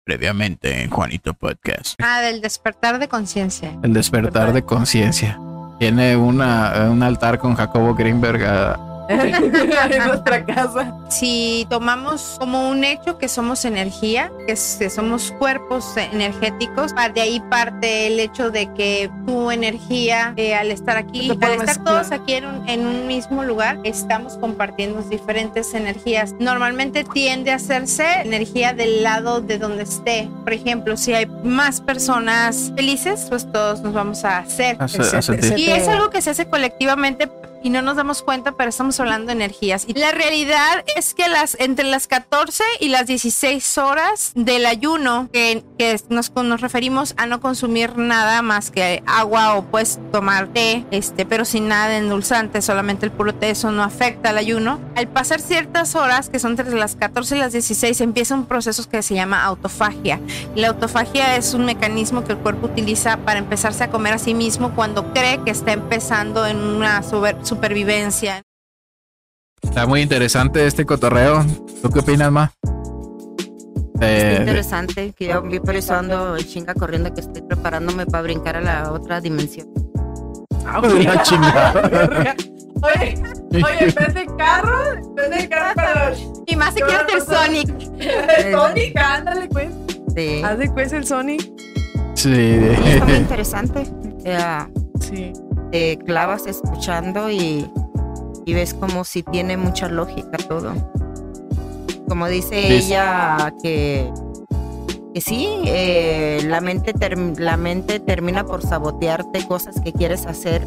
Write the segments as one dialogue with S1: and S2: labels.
S1: Previamente en Juanito Podcast.
S2: Del despertar de conciencia.
S1: El despertar de conciencia. Tiene un altar con Jacobo Greenberg
S3: en nuestra casa.
S2: Si tomamos como un hecho que somos energía, que somos cuerpos energéticos, de ahí parte el hecho de que tu energía, al estar aquí, al estar todos aquí en un mismo lugar, estamos compartiendo diferentes energías. Normalmente tiende a hacerse energía del lado de donde esté. Por ejemplo, si hay más personas felices, pues todos nos vamos a hacer. Y es algo que se hace colectivamente y no nos damos cuenta, pero estamos hablando de energías. Y la realidad es que entre las 14 y las 16 horas del ayuno, que nos referimos a no consumir nada más que agua o pues tomar té, pero sin nada de endulzante, solamente el puro té, eso no afecta al ayuno. Al pasar ciertas horas, que son entre las 14 y las 16, empieza un proceso que se llama autofagia. Y la autofagia es un mecanismo que el cuerpo utiliza para empezarse a comer a sí mismo cuando cree que está empezando en una supervivencia.
S1: Está muy interesante este cotorreo. ¿Tú qué opinas, Ma?
S4: Interesante, que yo por eso ando chinga corriendo, que estoy preparándome para brincar a la otra dimensión.
S1: La chingada.
S3: Oye, en vez de carro, para...
S2: Y más si quieres el Sonic.
S3: El Sonic, ándale, pues.
S4: Sí.
S3: Haz de pues el Sonic.
S1: Sí.
S4: Está muy interesante.
S3: Sí.
S4: Te clavas escuchando y ves como si tiene mucha lógica todo. Como dice ella, que sí, la mente termina por sabotearte cosas que quieres hacer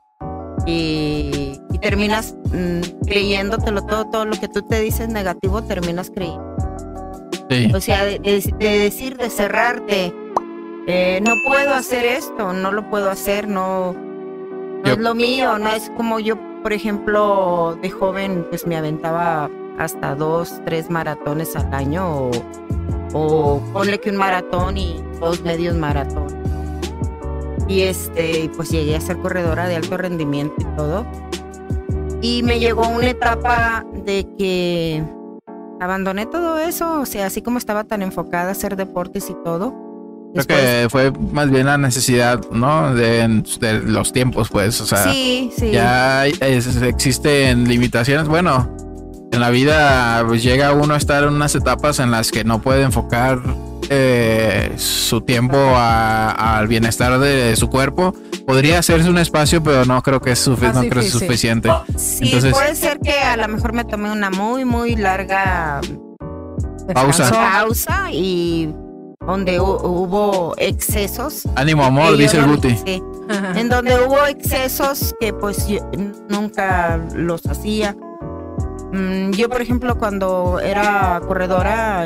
S4: y terminas creyéndotelo todo lo que tú te dices negativo, terminas creyendo.
S1: Sí.
S4: O sea, de cerrarte, no puedo hacer esto, no lo puedo hacer, no es lo mío, no es como yo, por ejemplo, de joven, pues me aventaba hasta 2, 3 maratones al año o ponle que un maratón y 2 medios maratón. Y pues llegué a ser corredora de alto rendimiento y todo. Y me llegó una etapa de que abandoné todo eso, o sea, así como estaba tan enfocada a hacer deportes y todo.
S1: Creo que fue más bien la necesidad, ¿no? De los tiempos, pues, o sea,
S4: sí.
S1: Ya existen limitaciones. Bueno, en la vida pues llega uno a estar en unas etapas en las que no puede enfocar su tiempo al bienestar de su cuerpo. Podría hacerse un espacio, pero no creo que es suficiente.
S4: Sí,
S1: entonces,
S4: puede ser que a lo mejor me tomé una muy, muy larga
S1: pausa
S4: y donde hubo excesos.
S1: Ánimo, amor, dice el Guti.
S4: Sí, en donde hubo excesos que pues yo nunca los hacía. Yo, por ejemplo, cuando era corredora,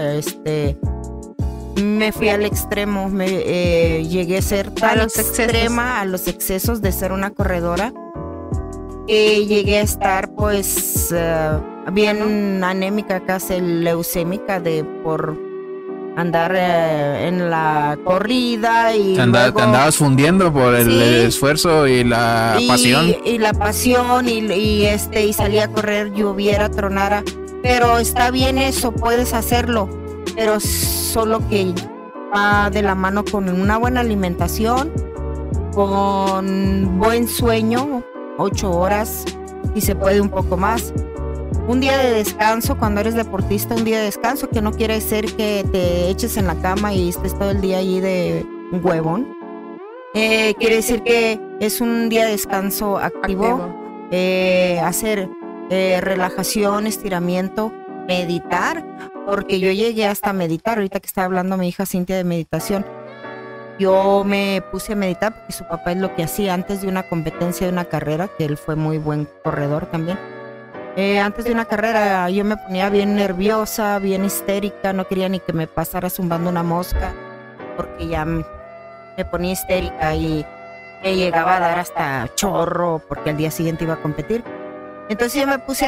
S4: me fui al extremo, llegué a ser tan extrema a los excesos de ser una corredora que llegué a estar pues bien anémica, casi leucémica por andar en la corrida y
S1: te andabas fundiendo por el esfuerzo y la pasión.
S4: Y la pasión y salía a correr, lloviera, tronara, pero está bien eso, puedes hacerlo, pero solo que va de la mano con una buena alimentación, con buen sueño, 8 horas y se puede un poco más. Un día de descanso, cuando eres deportista, un día de descanso, que no quiere decir que te eches en la cama y estés todo el día allí de un huevón. Quiere decir que es un día de descanso activo. Hacer relajación, estiramiento, meditar, porque yo llegué hasta meditar. Ahorita que está hablando mi hija Cintia de meditación, yo me puse a meditar porque su papá es lo que hacía antes de una competencia de una carrera, que él fue muy buen corredor también. Antes de una carrera yo me ponía bien nerviosa, bien histérica, no quería ni que me pasara zumbando una mosca porque ya me ponía histérica y me llegaba a dar hasta chorro porque al día siguiente iba a competir. Entonces yo me puse a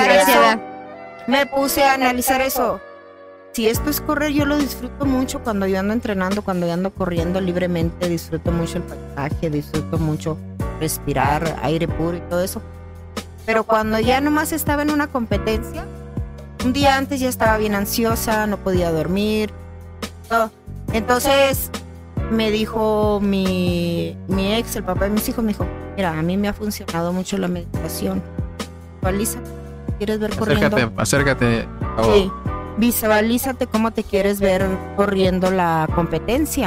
S4: analizar eso. Si esto es correr, yo lo disfruto mucho cuando yo ando entrenando, cuando yo ando corriendo libremente, disfruto mucho el paisaje, disfruto mucho respirar aire puro y todo eso. Pero cuando ya nomás estaba en una competencia, un día antes ya estaba bien ansiosa, no podía dormir, todo. Entonces me dijo mi ex, el papá de mis hijos, me dijo, mira, a mí me ha funcionado mucho la meditación. Visualízate, ¿quieres ver corriendo?
S1: Acércate.
S4: Sí, visualízate cómo te quieres ver corriendo la competencia.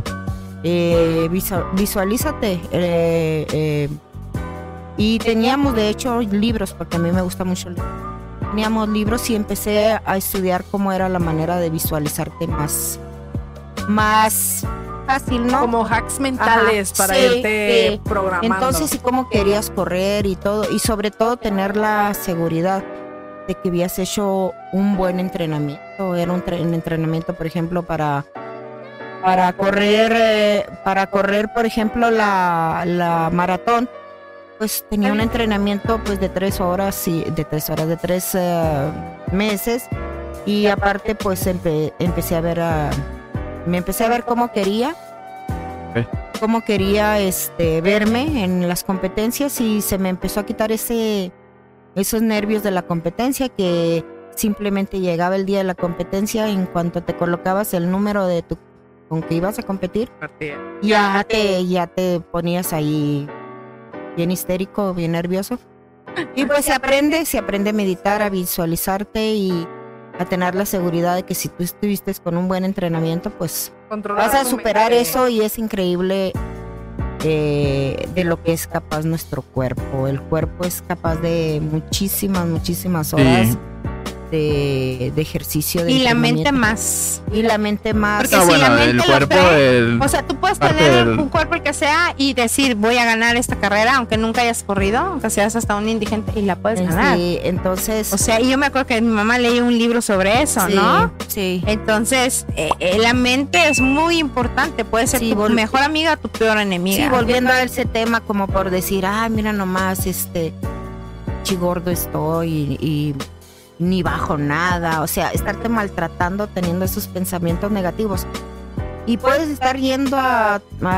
S4: Visualízate. Y teníamos de hecho libros, porque a mí me gusta mucho leer. Teníamos libros y empecé a estudiar cómo era la manera de visualizarte más fácil, ¿no?
S3: Como hacks mentales para irte programando.
S4: Entonces, y cómo querías correr y todo, y sobre todo tener la seguridad de que habías hecho un buen entrenamiento. Era un entrenamiento, por ejemplo, para correr, por ejemplo, la maratón. Pues tenía un entrenamiento pues de 3 meses, y aparte pues me empecé a ver cómo quería verme en las competencias, y se me empezó a quitar esos nervios de la competencia, que simplemente llegaba el día de la competencia, en cuanto te colocabas el número con que ibas a competir, ya te ponías ahí bien histérico, bien nervioso. Y pues se aprende a meditar, a visualizarte y a tener la seguridad de que si tú estuviste con un buen entrenamiento, pues vas a superar eso, y es increíble de lo que es capaz nuestro cuerpo. El cuerpo es capaz de muchísimas horas de ejercicio,
S2: y la mente más.
S4: Porque
S2: si
S1: bueno,
S2: la mente
S1: el cuerpo,
S2: o sea, tú puedes tener un cuerpo el que sea y decir, voy a ganar esta carrera, aunque nunca hayas corrido, aunque seas hasta un indigente, y la puedes ganar.
S4: Sí, entonces...
S2: O sea, y yo me acuerdo que mi mamá leía un libro sobre eso,
S4: sí,
S2: ¿no?
S4: Sí.
S2: Entonces, la mente es muy importante. Puede ser tu mejor amiga o tu peor enemiga.
S4: Sí, volviendo a ese tema, como por decir, mira nomás, chigordo estoy y ni bajo nada, o sea, estarte maltratando teniendo esos pensamientos negativos, y puedes estar yendo a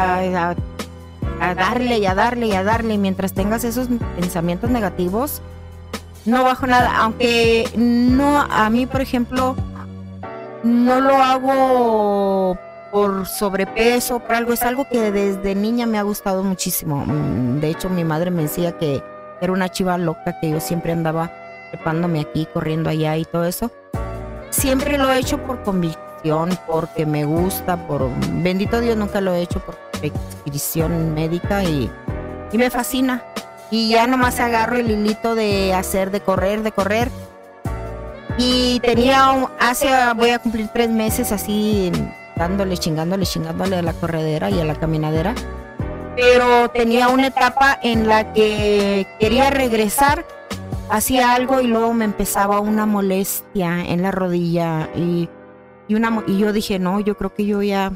S4: darle y a darle, mientras tengas esos pensamientos negativos, no bajo nada. Aunque no, a mí por ejemplo no lo hago por sobrepeso, por algo, es algo que desde niña me ha gustado muchísimo. De hecho, mi madre me decía que era una chiva loca, que yo siempre andaba trepándome aquí, corriendo allá y todo eso. Siempre lo he hecho por convicción, porque me gusta, bendito Dios, nunca lo he hecho por prescripción médica, y me fascina. Y ya nomás agarro el hilito de correr. Y voy a cumplir 3 meses así, chingándole a la corredera y a la caminadera. Pero tenía una etapa en la que quería regresar, hacía algo y luego me empezaba una molestia en la rodilla, y yo dije, no, yo creo que yo ya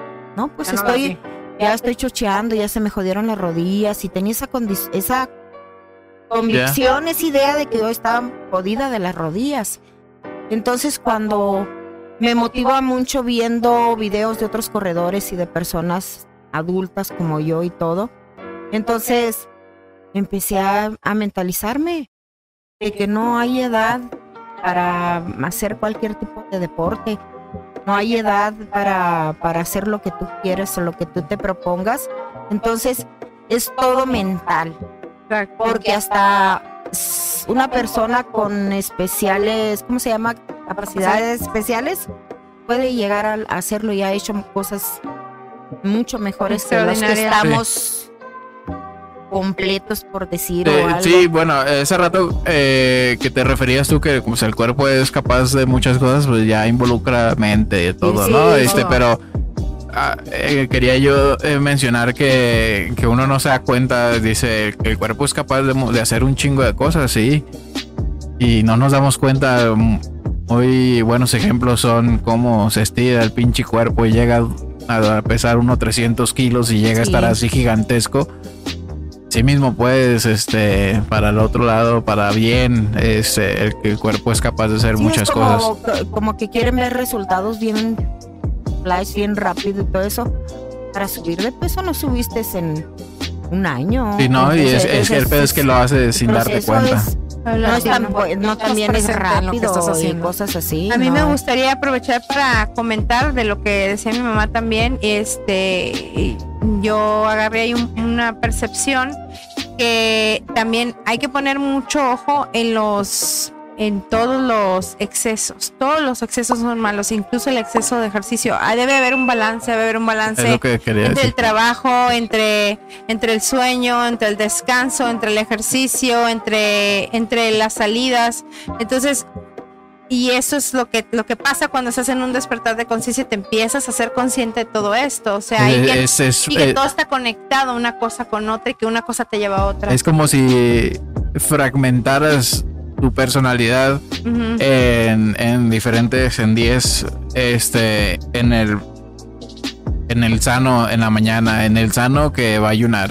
S4: estoy chocheando, ya se me jodieron las rodillas, y tenía esa convicción, esa idea de que yo estaba jodida de las rodillas. Entonces, cuando me motiva mucho viendo videos de otros corredores y de personas adultas como yo y todo, entonces empecé a mentalizarme de que no hay edad para hacer cualquier tipo de deporte, no hay edad para hacer lo que tú quieres o lo que tú te propongas. Entonces es todo mental, porque hasta una persona con especiales, ¿cómo se llama? Capacidades especiales puede llegar a hacerlo, y ha hecho cosas mucho mejores que los que estamos completos, por decir o algo.
S1: Sí, bueno, ese rato que te referías tú, que como el cuerpo es capaz de muchas cosas, pues ya involucra mente y todo, sí, ¿no? Pero quería yo mencionar que uno no se da cuenta, dice que el cuerpo es capaz de hacer un chingo de cosas, sí, y no nos damos cuenta. Muy buenos ejemplos son cómo se estira el pinche cuerpo y llega a pesar unos 300 kilos y llega a estar así gigantesco. Sí mismo puedes, para el otro lado, para bien, el cuerpo es capaz de hacer muchas cosas.
S4: Como que quieren ver resultados bien flash, bien rápido y todo eso. Para subir de peso no subiste en un año.
S1: Sí, no, y es que el pedo es que lo haces sin darte cuenta.
S4: No también es rápido y cosas así.
S2: A mí me gustaría aprovechar para comentar de lo que decía mi mamá también. Yo agarré ahí una percepción que también hay que poner mucho ojo en todos los excesos. Todos los excesos son malos, incluso el exceso de ejercicio. Debe haber un balance entre el trabajo, entre el sueño, entre el descanso, entre el ejercicio, entre las salidas. Entonces, y eso es lo que pasa cuando estás en un despertar de conciencia y te empiezas a ser consciente de todo esto. O sea, que todo está conectado una cosa con otra y que una cosa te lleva a otra.
S1: Es como si fragmentaras tu personalidad en diferentes, en 10, en el sano en la mañana, en el sano que va a ayunar,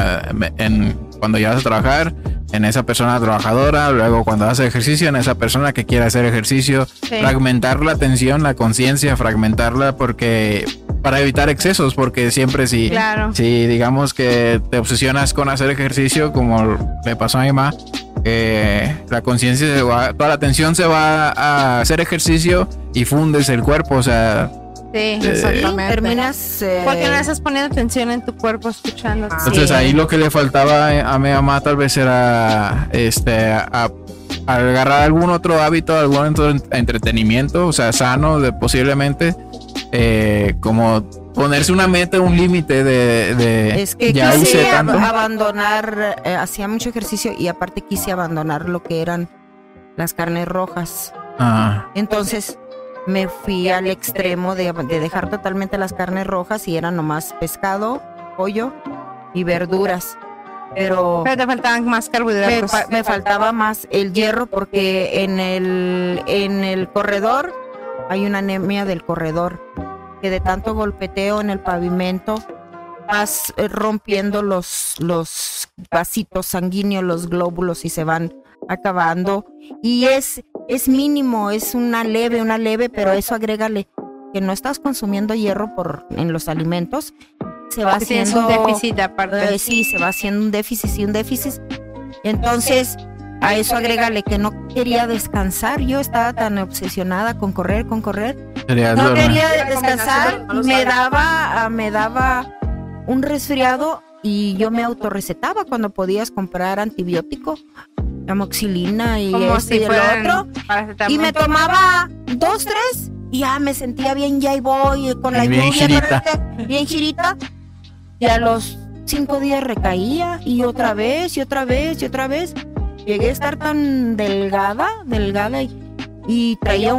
S1: cuando ya vas a trabajar, en esa persona trabajadora, luego cuando hace ejercicio, en esa persona que quiere hacer ejercicio, fragmentar la atención, la conciencia, fragmentarla para evitar excesos, porque siempre si digamos que te obsesionas con hacer ejercicio, como le pasó a mi mamá, la conciencia toda la atención se va a hacer ejercicio y fundes el cuerpo, o sea,
S2: sí, exactamente.
S4: Terminas
S2: porque no estás poniendo atención en tu cuerpo, escuchando.
S1: Entonces ahí lo que le faltaba a mi mamá tal vez era agarrar algún otro hábito, algún otro entretenimiento, o sea, sano, posiblemente, como ponerse una meta, un límite de
S4: es que
S1: ya hice tanto.
S4: Abandonar, hacía mucho ejercicio y aparte quise abandonar lo que eran las carnes rojas. Entonces me fui al extremo de dejar totalmente las carnes rojas y eran nomás pescado, pollo y verduras. Pero
S2: te faltaban más carbohidratos.
S4: Me faltaba más el hierro porque en el corredor hay una anemia del corredor, que de tanto golpeteo en el pavimento vas rompiendo los vasitos sanguíneos, los glóbulos, y se van acabando. Y es mínimo, es una leve, pero eso agrégale que no estás consumiendo hierro en los alimentos, se va haciendo
S2: un déficit aparte.
S4: Sí, se va haciendo un déficit. Entonces, a eso agrégale que no quería descansar. Yo estaba tan obsesionada con correr. No quería descansar. Me daba un resfriado y yo me autorrecetaba cuando podías comprar antibiótico, amoxicilina y y el otro. Y me tomaba 2, 3 y ya me sentía bien, ya y voy con la lluvia. Bien girita. Y a los 5 días recaía y otra vez. Llegué a estar tan delgada y traía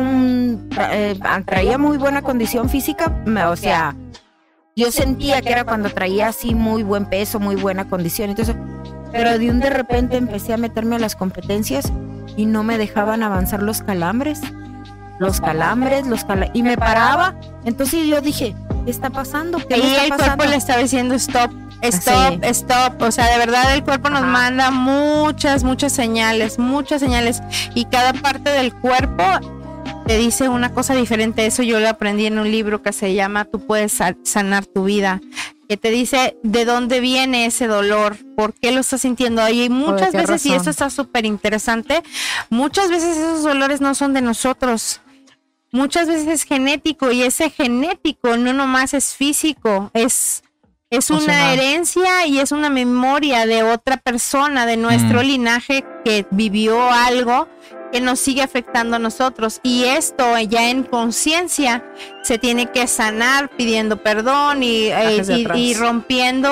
S4: muy buena condición física, o sea, yo sentía que era cuando traía así muy buen peso, muy buena condición. Entonces, pero de repente empecé a meterme a las competencias y no me dejaban avanzar los calambres, y me paraba. Entonces yo dije, ¿qué está pasando? ¿Qué me está pasando?
S2: El cuerpo le estaba diciendo stop. O sea, de verdad el cuerpo nos manda muchas señales, y cada parte del cuerpo te dice una cosa diferente. Eso yo lo aprendí en un libro que se llama Tú puedes sanar tu vida, que te dice de dónde viene ese dolor, por qué lo estás sintiendo ahí. Y muchas veces, y esto está súper interesante, muchas veces esos dolores no son de nosotros. Muchas veces es genético, y ese genético no nomás es físico, es una herencia y es una memoria de otra persona, de nuestro linaje, que vivió algo que nos sigue afectando a nosotros. Y esto ya en conciencia se tiene que sanar pidiendo perdón y rompiendo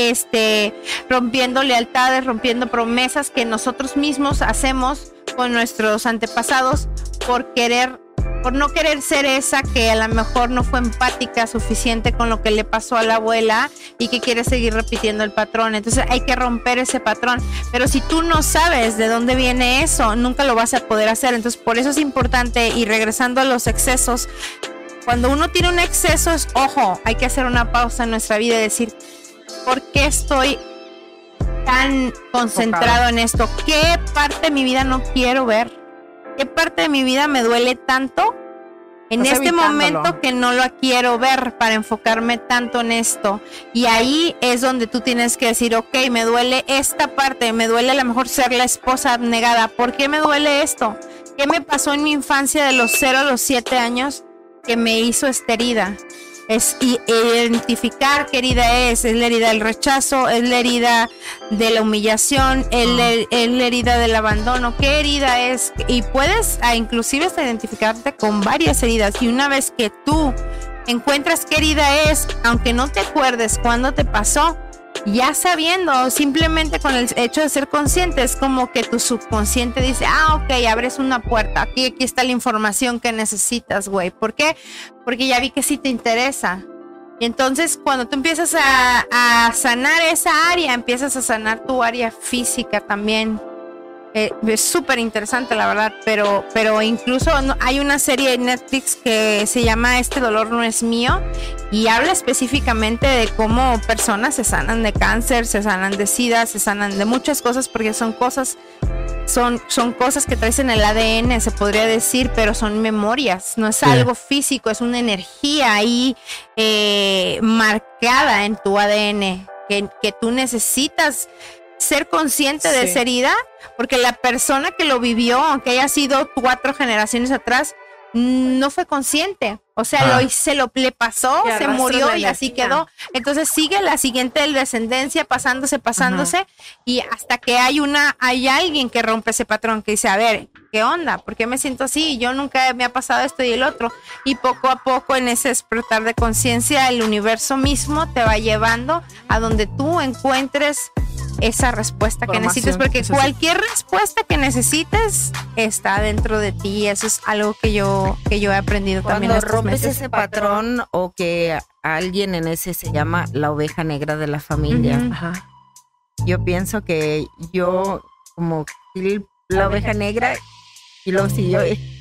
S2: lealtades, rompiendo promesas que nosotros mismos hacemos con nuestros antepasados por no querer ser esa que a lo mejor no fue empática suficiente con lo que le pasó a la abuela y que quiere seguir repitiendo el patrón. Entonces hay que romper ese patrón. Pero si tú no sabes de dónde viene eso, nunca lo vas a poder hacer. Entonces por eso es importante, y regresando a los excesos, cuando uno tiene un exceso, hay que hacer una pausa en nuestra vida y decir, ¿por qué estoy tan concentrado en esto? ¿Qué parte de mi vida no quiero ver? ¿Qué parte de mi vida me duele tanto en este momento que no lo quiero ver para enfocarme tanto en esto. Y ahí es donde tú tienes que decir, ok, me duele esta parte, me duele a lo mejor ser la esposa abnegada. ¿Por qué me duele esto? ¿Qué me pasó en mi infancia de los 0 a los 7 años que me hizo esta herida? Es identificar qué herida es la herida del rechazo, es la herida de la humillación, es la herida del abandono, qué herida es, y puedes inclusive hasta identificarte con varias heridas, y una vez que tú encuentras qué herida es, aunque no te acuerdes cuándo te pasó, ya sabiendo, simplemente con el hecho de ser consciente, es como que tu subconsciente dice, ok, abres una puerta, aquí está la información que necesitas, güey. ¿Por qué? Porque ya vi que sí te interesa. Y entonces cuando tú empiezas a sanar esa área, empiezas a sanar tu área física también. Es súper interesante, la verdad, pero incluso hay una serie de Netflix que se llama Este dolor no es mío, y habla específicamente de cómo personas se sanan de cáncer, se sanan de SIDA, se sanan de muchas cosas, porque son cosas que traes en el ADN, se podría decir, pero son memorias, no es algo físico, es una energía ahí marcada en tu ADN que tú necesitas ser consciente de esa herida, porque la persona que lo vivió, aunque haya sido 4 generaciones atrás, no fue consciente. O sea, le pasó, se murió y así quedó. Entonces sigue la siguiente descendencia pasándose, y hasta que hay alguien que rompe ese patrón, que dice, a ver, ¿qué onda? ¿Por qué me siento así? Yo nunca me ha pasado esto y el otro. Y poco a poco, en ese despertar de conciencia, el universo mismo te va llevando a donde tú encuentres esa respuesta que necesites, porque cualquier respuesta que necesites está dentro de ti. Eso es algo que yo he aprendido también.
S4: Cuando rompes ese patrón, o que alguien en ese se llama la oveja negra de la familia, yo pienso que yo como la oveja negra, y luego si yo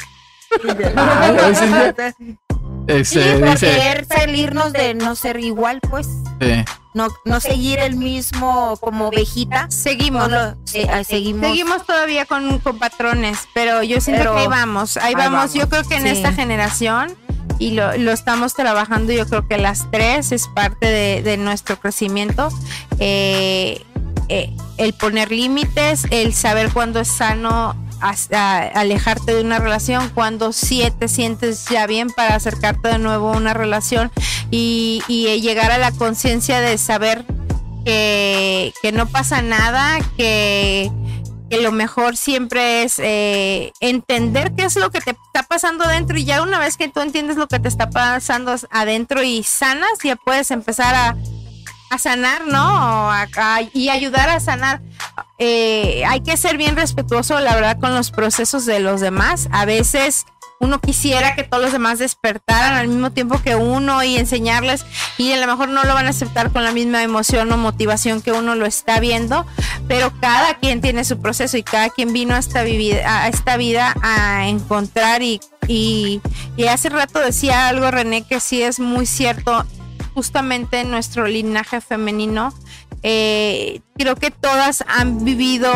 S4: por querer salirnos de no ser igual, pues no seguir el mismo como ovejita, seguimos
S2: todavía con patrones, pero yo siento que ahí vamos. Yo creo que en esta generación, y lo estamos trabajando, yo creo que las 3 es parte de nuestro crecimiento, el poner límites, el saber cuándo es sano alejarte de una relación, cuando te sientes ya bien para acercarte de nuevo a una relación, y llegar a la conciencia de saber que no pasa nada, que lo mejor siempre es entender qué es lo que te está pasando adentro, y ya una vez que tú entiendes lo que te está pasando adentro y sanas, ya puedes empezar a sanar, ¿no? Y ayudar a sanar. Hay que ser bien respetuoso, la verdad, con los procesos de los demás. A veces uno quisiera que todos los demás despertaran al mismo tiempo que uno y enseñarles, y a lo mejor no lo van a aceptar con la misma emoción o motivación que uno lo está viendo, pero cada quien tiene su proceso, y cada quien vino a esta vida a encontrar, y hace rato decía algo, René, que sí es muy cierto. Justamente en nuestro linaje femenino, creo que todas han vivido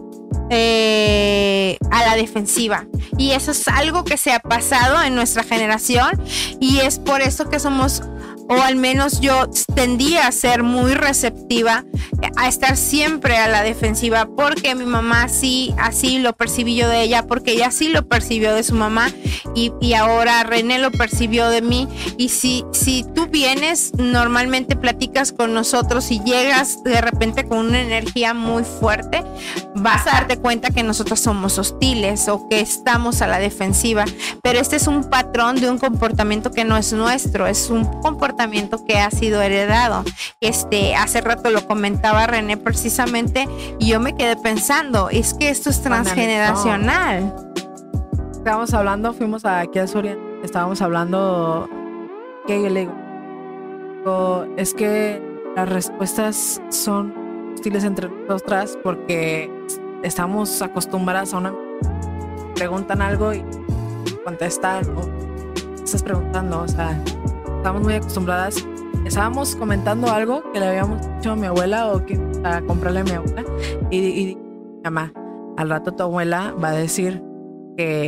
S2: a la defensiva, y eso es algo que se ha pasado en nuestra generación, y es por eso que somos, o al menos yo tendía a ser muy receptiva, a estar siempre a la defensiva, porque mi mamá así lo percibí yo de ella, porque ella sí lo percibió de su mamá, y ahora René lo percibió de mí. Y si tú vienes, normalmente platicas con nosotros y llegas de repente con una energía muy fuerte, vas a darte cuenta que nosotros somos hostiles o que estamos a la defensiva, pero este es un patrón de un comportamiento que no es nuestro, es un comportamiento que ha sido heredado. Hace rato lo comentaba René precisamente, y yo me quedé pensando, es que esto es transgeneracional.
S3: Estábamos hablando, fuimos aquí a Soria, estábamos hablando, que yo le digo, es que las respuestas son hostiles entre nosotras, porque estamos acostumbradas a preguntan algo y contestan, o estás preguntando, o sea, estamos muy acostumbradas. Estábamos comentando algo que le habíamos dicho a mi abuela, o que a comprarle a mi abuela, y mamá, al rato tu abuela va a decir que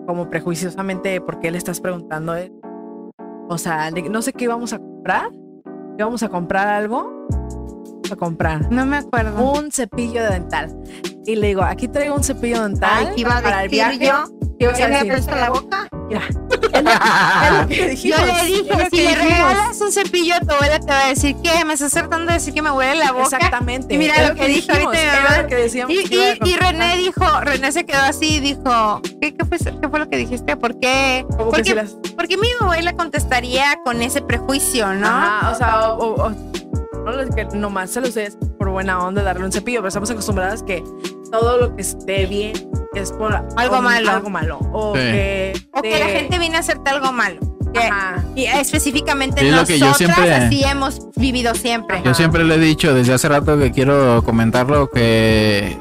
S3: como prejuiciosamente, ¿por qué le estás preguntando eso? O sea, no sé qué íbamos a comprar. ¿Íbamos a comprar algo? A comprar.
S2: No me acuerdo.
S3: Un cepillo dental. Y le digo, aquí traigo un cepillo dental.
S4: Ay, ¿qué iba a
S3: para el
S4: decir
S3: viaje.
S4: yo?
S3: ¿Qué ibas a
S4: ¿Me
S3: decir?
S4: presta la boca?
S3: Mira. Es lo que dijimos.
S2: Yo le dije,
S3: Es lo
S2: si
S3: que
S2: le
S3: dijimos.
S2: regalas un cepillo a tu abuela, te va a decir, ¿qué? ¿Me estás tratando de decir que me huele la boca?
S3: Exactamente.
S2: Y mira
S3: Es
S2: lo que dijo ahorita mi
S3: era
S2: mamá.
S3: lo que decíamos que iba a
S2: Y
S3: comprar.
S2: René se quedó así y dijo, ¿qué fue lo que dijiste? ¿Por qué?
S3: Como que si las-
S2: Porque mi abuela contestaría con ese prejuicio, ¿no?
S3: Ajá, o sea, no es que nomás se los des por buena onda darle un cepillo, pero estamos acostumbradas que todo lo que esté bien es por
S2: Algo malo.
S3: Algo malo. O
S1: Sí.
S3: que
S2: La gente viene a hacerte algo malo. Que-
S3: Ajá.
S2: y específicamente
S1: Sí, es lo que yo
S2: nosotras
S1: siempre-
S2: así hemos vivido siempre.
S1: Yo siempre le he dicho desde hace rato que quiero comentarlo, que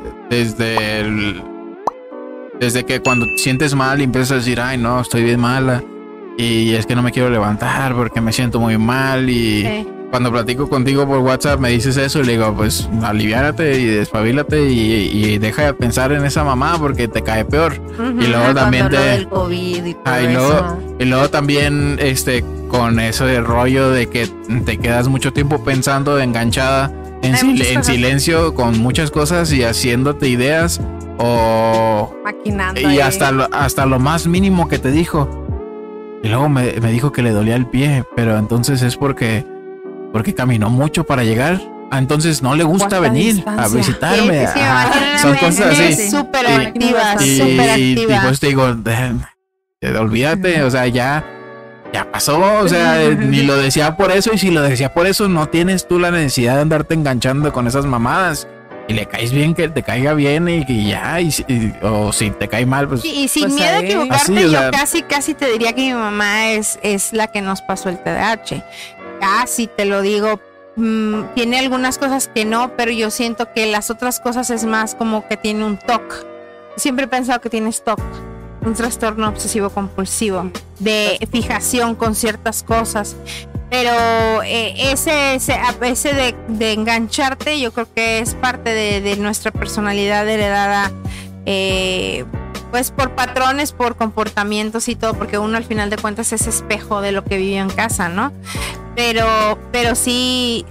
S1: desde que cuando te sientes mal y empiezas a decir, ay no, estoy bien mala y es que no me quiero levantar porque me siento muy mal, y
S2: Sí.
S1: cuando platico contigo por WhatsApp me dices eso y le digo, pues aliviárate y despabilate y deja de pensar en esa mamá porque te cae peor.
S2: Ujú.
S1: Y luego también
S4: Cuando lo
S1: te...
S4: del COVID y todo
S1: Ah, y
S4: eso.
S1: luego también con eso de rollo de que te quedas mucho tiempo pensando, enganchada en,
S2: Hay muchas
S1: en
S2: cosas.
S1: silencio con muchas cosas y haciéndote ideas o
S3: maquinando.
S1: y
S3: ahí.
S1: hasta lo más mínimo que te dijo. Y luego me dijo que le dolía el pie, pero entonces es porque caminó mucho para llegar. Ah, entonces no le gusta
S3: ¿Cuánta
S1: venir
S3: distancia?
S1: a visitarme.
S2: Sí,
S1: Ajá.
S2: tiene una
S1: Son
S2: mente
S1: cosas así.
S2: súper
S1: Y-
S2: activa,
S3: y-
S2: súper
S1: Y
S2: activa.
S1: pues te digo, olvídate, o sea, ya pasó, o sea, ni lo decía por eso, y si lo decía por eso, no tienes tú la necesidad de andarte enganchando con esas mamadas. Y le caes bien, que te caiga bien y ya, o si te cae mal, pues...
S2: Sí, y sin
S3: Pues
S2: miedo a
S3: ahí.
S2: equivocarte,
S1: Así, o
S2: yo
S1: sea-
S2: casi te diría que mi mamá es la que nos pasó el TDAH. Casi te lo digo. Tiene algunas cosas que no, pero yo siento que las otras cosas es más como que tiene un TOC. Siempre he pensado que tienes TOC, un trastorno obsesivo compulsivo, de fijación con ciertas cosas. Pero ese de engancharte, yo creo que es parte de nuestra personalidad heredada, pues por patrones, por comportamientos y todo, porque uno al final de cuentas es espejo de lo que vivió en casa, ¿no? Pero sí,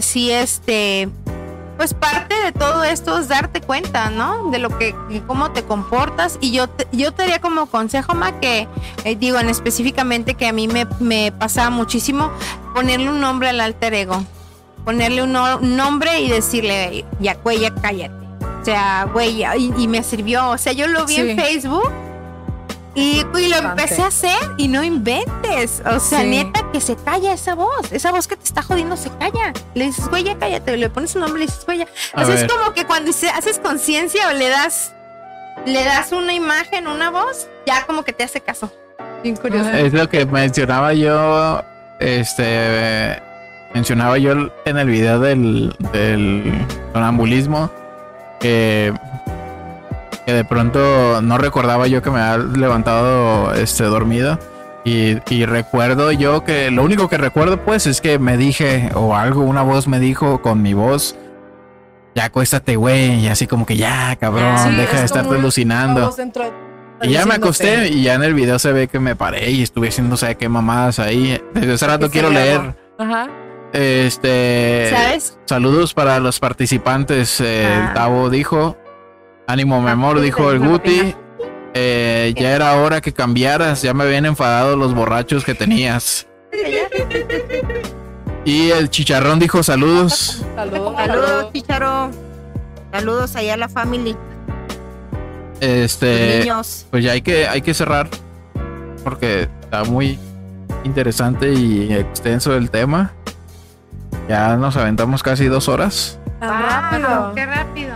S2: pues parte de todo esto es darte cuenta, ¿no? De cómo te comportas. Y yo te daría como consejo, Ma, que digo en específicamente que a mí me pasaba muchísimo ponerle un nombre al alter ego, ponerle un nombre y decirle, ya, güey, ya cállate. O sea, güey, y me sirvió. O sea, yo lo vi
S3: Sí.
S2: en Facebook y lo empecé a hacer y no inventes. O sea,
S3: Sí.
S2: neta, que se calla esa voz que te está jodiendo se calla. Le dices, güey, ya cállate, le pones un nombre y le dices, güey, ya.
S1: A
S2: O sea, es
S1: ver.
S2: como que cuando haces conciencia o le das una imagen, una voz, ya como que te hace caso. Bien curioso.
S1: Es lo que mencionaba yo, en el video del sonambulismo, que de pronto no recordaba yo que me había levantado dormido, y recuerdo yo que lo único que recuerdo pues es que me dije, o algo, una voz me dijo con mi voz, ya acuéstate güey, y así como que ya cabrón,
S3: Sí,
S1: deja
S3: es
S1: de estarte
S3: como una
S1: alucinando.
S3: voz dentro de-
S1: Y ya me
S3: diciéndote.
S1: acosté y ya en el video se ve que me paré y estuve haciendo, ¿sabe qué mamadas ahí? Desde hace rato
S3: Ese
S1: quiero
S3: luego.
S1: leer.
S3: Ajá.
S2: ¿Sabes?
S1: Saludos para los participantes. El
S2: Ah.
S1: Tavo dijo, ánimo mi amor,
S2: sí,
S1: dijo el
S2: una
S1: Guti.
S2: pena.
S1: Ya era hora que cambiaras, ya me habían enfadado los borrachos que tenías. Y el Chicharrón dijo saludos.
S3: Saludos.
S4: Saludos, Chicharo. Saludos allá a la family. Los niños.
S1: Pues ya hay que cerrar porque está muy interesante y extenso el tema. Ya nos aventamos casi 2 horas.
S3: Tan rápido.
S2: Qué rápido.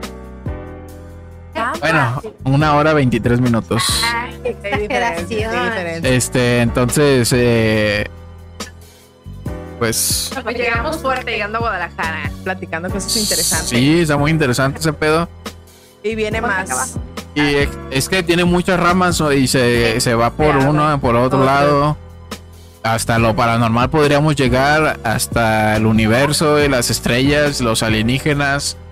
S3: Tan
S1: Bueno,
S3: rápido.
S1: 1 hora 23 minutos.
S2: Ay, qué
S3: Qué diferencia, qué
S2: exageración.
S3: diferencia.
S1: Entonces, pues
S3: Pues llegamos fuerte llegando a Guadalajara, platicando cosas interesantes.
S1: sí, está muy interesante ese pedo.
S3: Y viene más.
S1: Y es que tiene muchas ramas y se va por
S3: Ya,
S1: uno,
S3: bueno.
S1: por otro
S3: Otro.
S1: lado. Hasta lo paranormal podríamos llegar, hasta el universo y las estrellas, los alienígenas,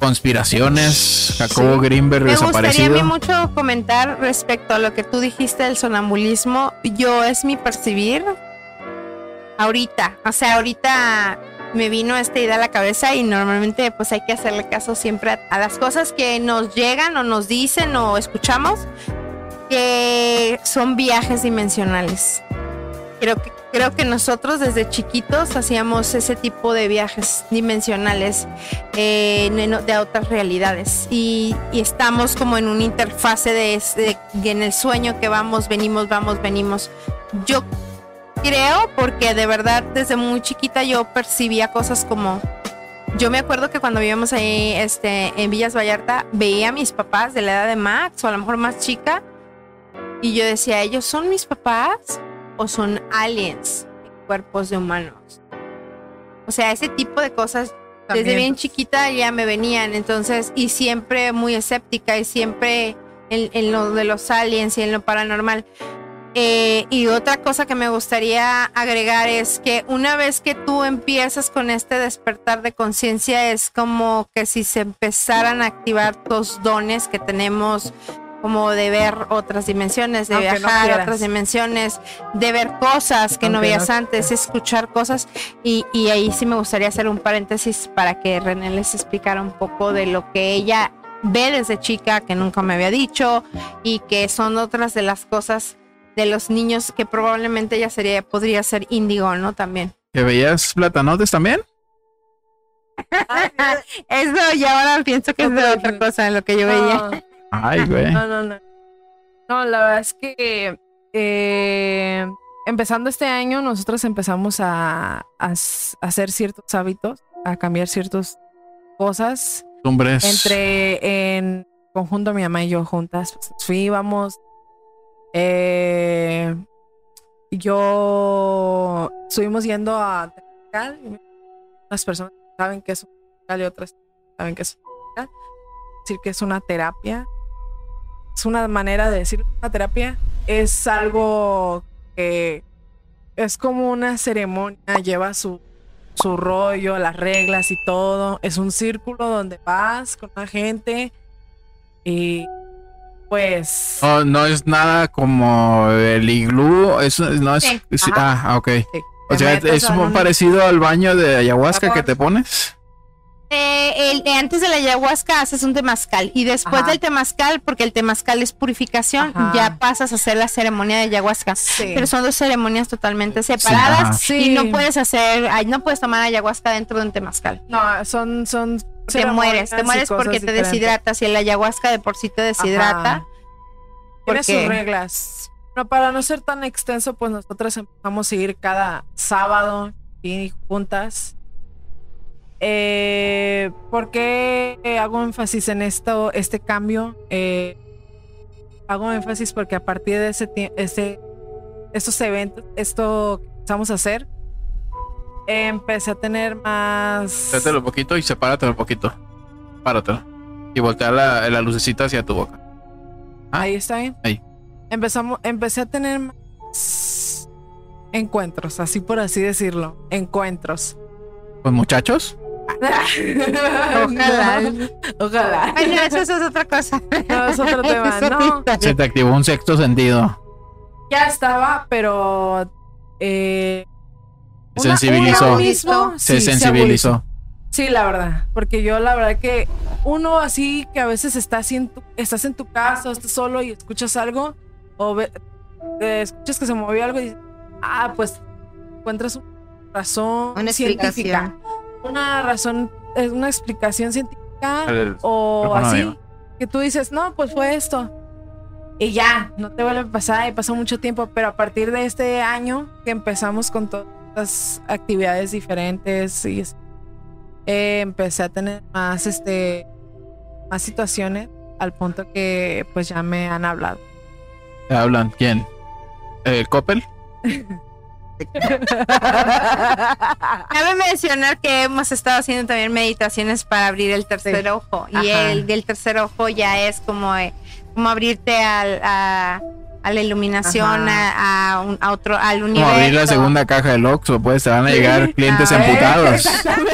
S1: conspiraciones, Jacobo Greenberg
S2: Me
S1: desaparecido.
S2: gustaría a mí mucho comentar respecto a lo que tú dijiste del sonambulismo. Yo es mi percibir ahorita, o sea, ahorita me vino esta idea a la cabeza y normalmente pues hay que hacerle caso siempre a las cosas que nos llegan o nos dicen o escuchamos, que son viajes dimensionales. Creo que nosotros desde chiquitos hacíamos ese tipo de viajes dimensionales de otras realidades y estamos como en una interfase de en el sueño que vamos, venimos. Yo creo, porque de verdad desde muy chiquita yo percibía cosas como... Yo me acuerdo que cuando vivíamos ahí en Villas Vallarta, veía a mis papás de la edad de Max o a lo mejor más chica y yo decía, ¿ellos son mis papás o son aliens en cuerpos de humanos? O sea, ese tipo de cosas también, desde bien chiquita ya me venían. Entonces, y siempre muy escéptica y siempre en lo de los aliens y en lo paranormal. Y otra cosa que me gustaría agregar es que una vez que tú empiezas con este despertar de conciencia, es como que si se empezaran a activar los dones que tenemos, como de ver otras dimensiones, de viajar a otras dimensiones, de ver cosas que no veías antes, escuchar cosas. Y ahí sí me gustaría hacer un paréntesis para que René les explicara un poco de lo que ella ve desde chica, que nunca me había dicho, y que son otras de las cosas de los niños que probablemente ella podría ser índigo, ¿no? También.
S1: ¿Que veías platanotes también?
S2: Eso ya ahora pienso que es de otra cosa de lo que yo veía.
S1: Ay, güey.
S3: No, la verdad es que empezando este año nosotros empezamos a hacer ciertos hábitos, a cambiar ciertas cosas.
S1: Costumbres.
S3: En conjunto mi mamá y yo juntas, pues, íbamos. Yo estuvimos yendo a Temazcal. Unas personas saben que es un Temazcal y otras saben que es un Temazcal. Decir que es una terapia. Es una manera de decir una terapia. Es algo que es como una ceremonia. Lleva su rollo, las reglas y todo. Es un círculo donde vas con la gente y pues...
S1: No es nada como el iglú. No es...
S2: Sí.
S1: Ok.
S3: Sí.
S1: O sea, es parecido al baño de ayahuasca que te pones.
S2: Antes de la ayahuasca haces un temazcal y después del temazcal, porque el temazcal es purificación, ya pasas a hacer la ceremonia de ayahuasca. Sí. Pero son dos ceremonias totalmente separadas y no puedes tomar ayahuasca dentro de un temazcal.
S3: No, son
S2: te mueres porque te deshidratas y el ayahuasca de por sí te deshidrata.
S3: Tiene sus reglas. Pero para no ser tan extenso, pues nosotros empezamos a ir cada sábado y juntas. ¿Por qué hago énfasis en este cambio? Hago énfasis porque a partir de estos eventos, esto que empezamos a hacer, empecé a tener más...
S1: Sételo un poquito y sepáratelo un poquito. Páratelo. Y voltea la lucecita hacia tu boca.
S3: Ahí está bien.
S1: Ahí.
S3: Empecé a tener más encuentros, así por así decirlo. Encuentros.
S1: ¿Con muchachos?
S2: Ojalá. Ay, no, eso es otra cosa.
S3: No, es otro tema. No.
S1: Se te activó un sexto sentido.
S3: Ya estaba, pero
S1: sensibilizó. Se sensibilizó.
S3: Sí, la verdad. Porque yo la verdad que uno así que a veces estás en tu casa, estás solo y escuchas algo o escuchas que se movió algo y dices, pues encuentras una razón científica. Una razón, es una explicación científica o así, que tú dices, no, pues fue esto. Y ya, no te vuelve a pasar y pasó mucho tiempo, pero a partir de este año que empezamos con todas las actividades diferentes y empecé a tener más situaciones al punto que pues ya me han hablado.
S1: ¿Me hablan? ¿Quién? ¿El Coppel?
S2: Cabe mencionar que hemos estado haciendo también meditaciones para abrir el tercer ojo. Y el del tercer ojo ya es como abrirte a la iluminación, a otro, al universo.
S1: Como abrir la segunda caja del Oxxo, pues te van a llegar clientes emputados.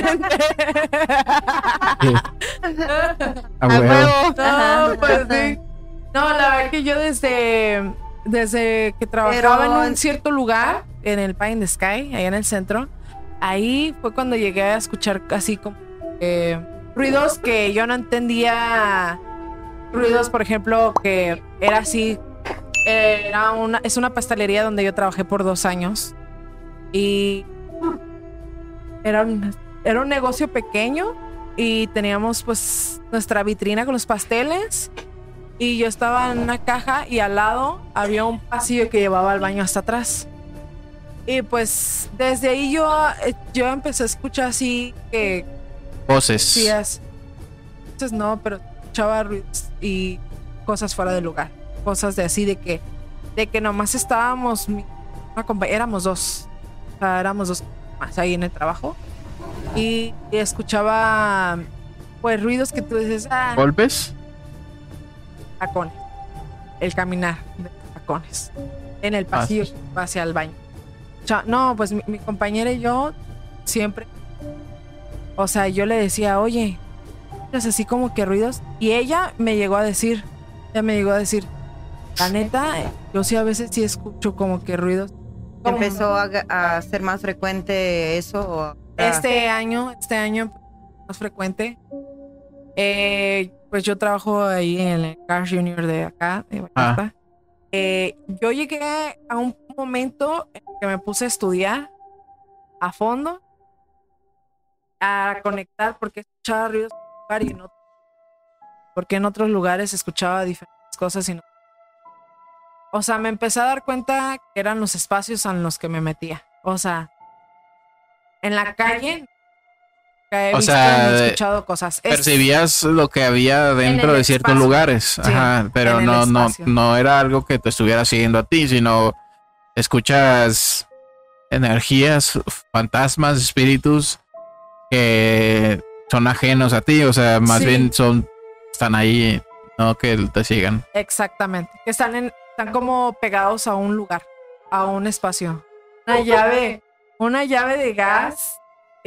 S1: A huevo.
S3: No, pues sí. No, la verdad que yo desde que trabajaba en un cierto lugar, en el Pie in the Sky, allá en el centro, ahí fue cuando llegué a escuchar así como ruidos que yo no entendía. Ruidos, por ejemplo, que era así. Es una pastelería donde yo trabajé por 2 años. Y era un negocio pequeño. Y teníamos pues nuestra vitrina con los pasteles. Y yo estaba en una caja y al lado había un pasillo que llevaba al baño hasta atrás. Y pues desde ahí yo empecé a escuchar así que...
S1: Voces.
S3: Sí, entonces no, pero escuchaba ruidos y cosas fuera de lugar. Cosas de así de que nomás estábamos... éramos 2. O sea, éramos 2 más ahí en el trabajo. Y escuchaba pues ruidos que tú dices...
S1: ¿Golpes?
S3: Tacones. El caminar de tacones. En el pasillo hacia el baño. No, pues mi compañera y yo siempre... O sea, yo le decía, oye, es así como que ruidos. Y ella me llegó a decir, la neta, yo sí a veces sí escucho como que ruidos.
S4: ¿Empezó a ser más frecuente eso?
S3: Este año más frecuente. Pues yo trabajo ahí en el Cars Junior de acá, de Vallarta. Yo llegué a un momento en que me puse a estudiar a fondo, a conectar, porque escuchaba ruidos y no, porque en otros lugares escuchaba diferentes cosas y no. O sea, me empecé a dar cuenta que eran los espacios en los que me metía. O sea, en la calle he visto y escuchado cosas.
S1: Percibías lo que había dentro de ciertos lugares, sí, pero no era algo que te estuviera siguiendo a ti, sino escuchas energías, fantasmas, espíritus que son ajenos a ti, o sea, más bien están ahí, no que te sigan.
S3: Exactamente, que están como pegados a un lugar, a un espacio. Una llave de gas,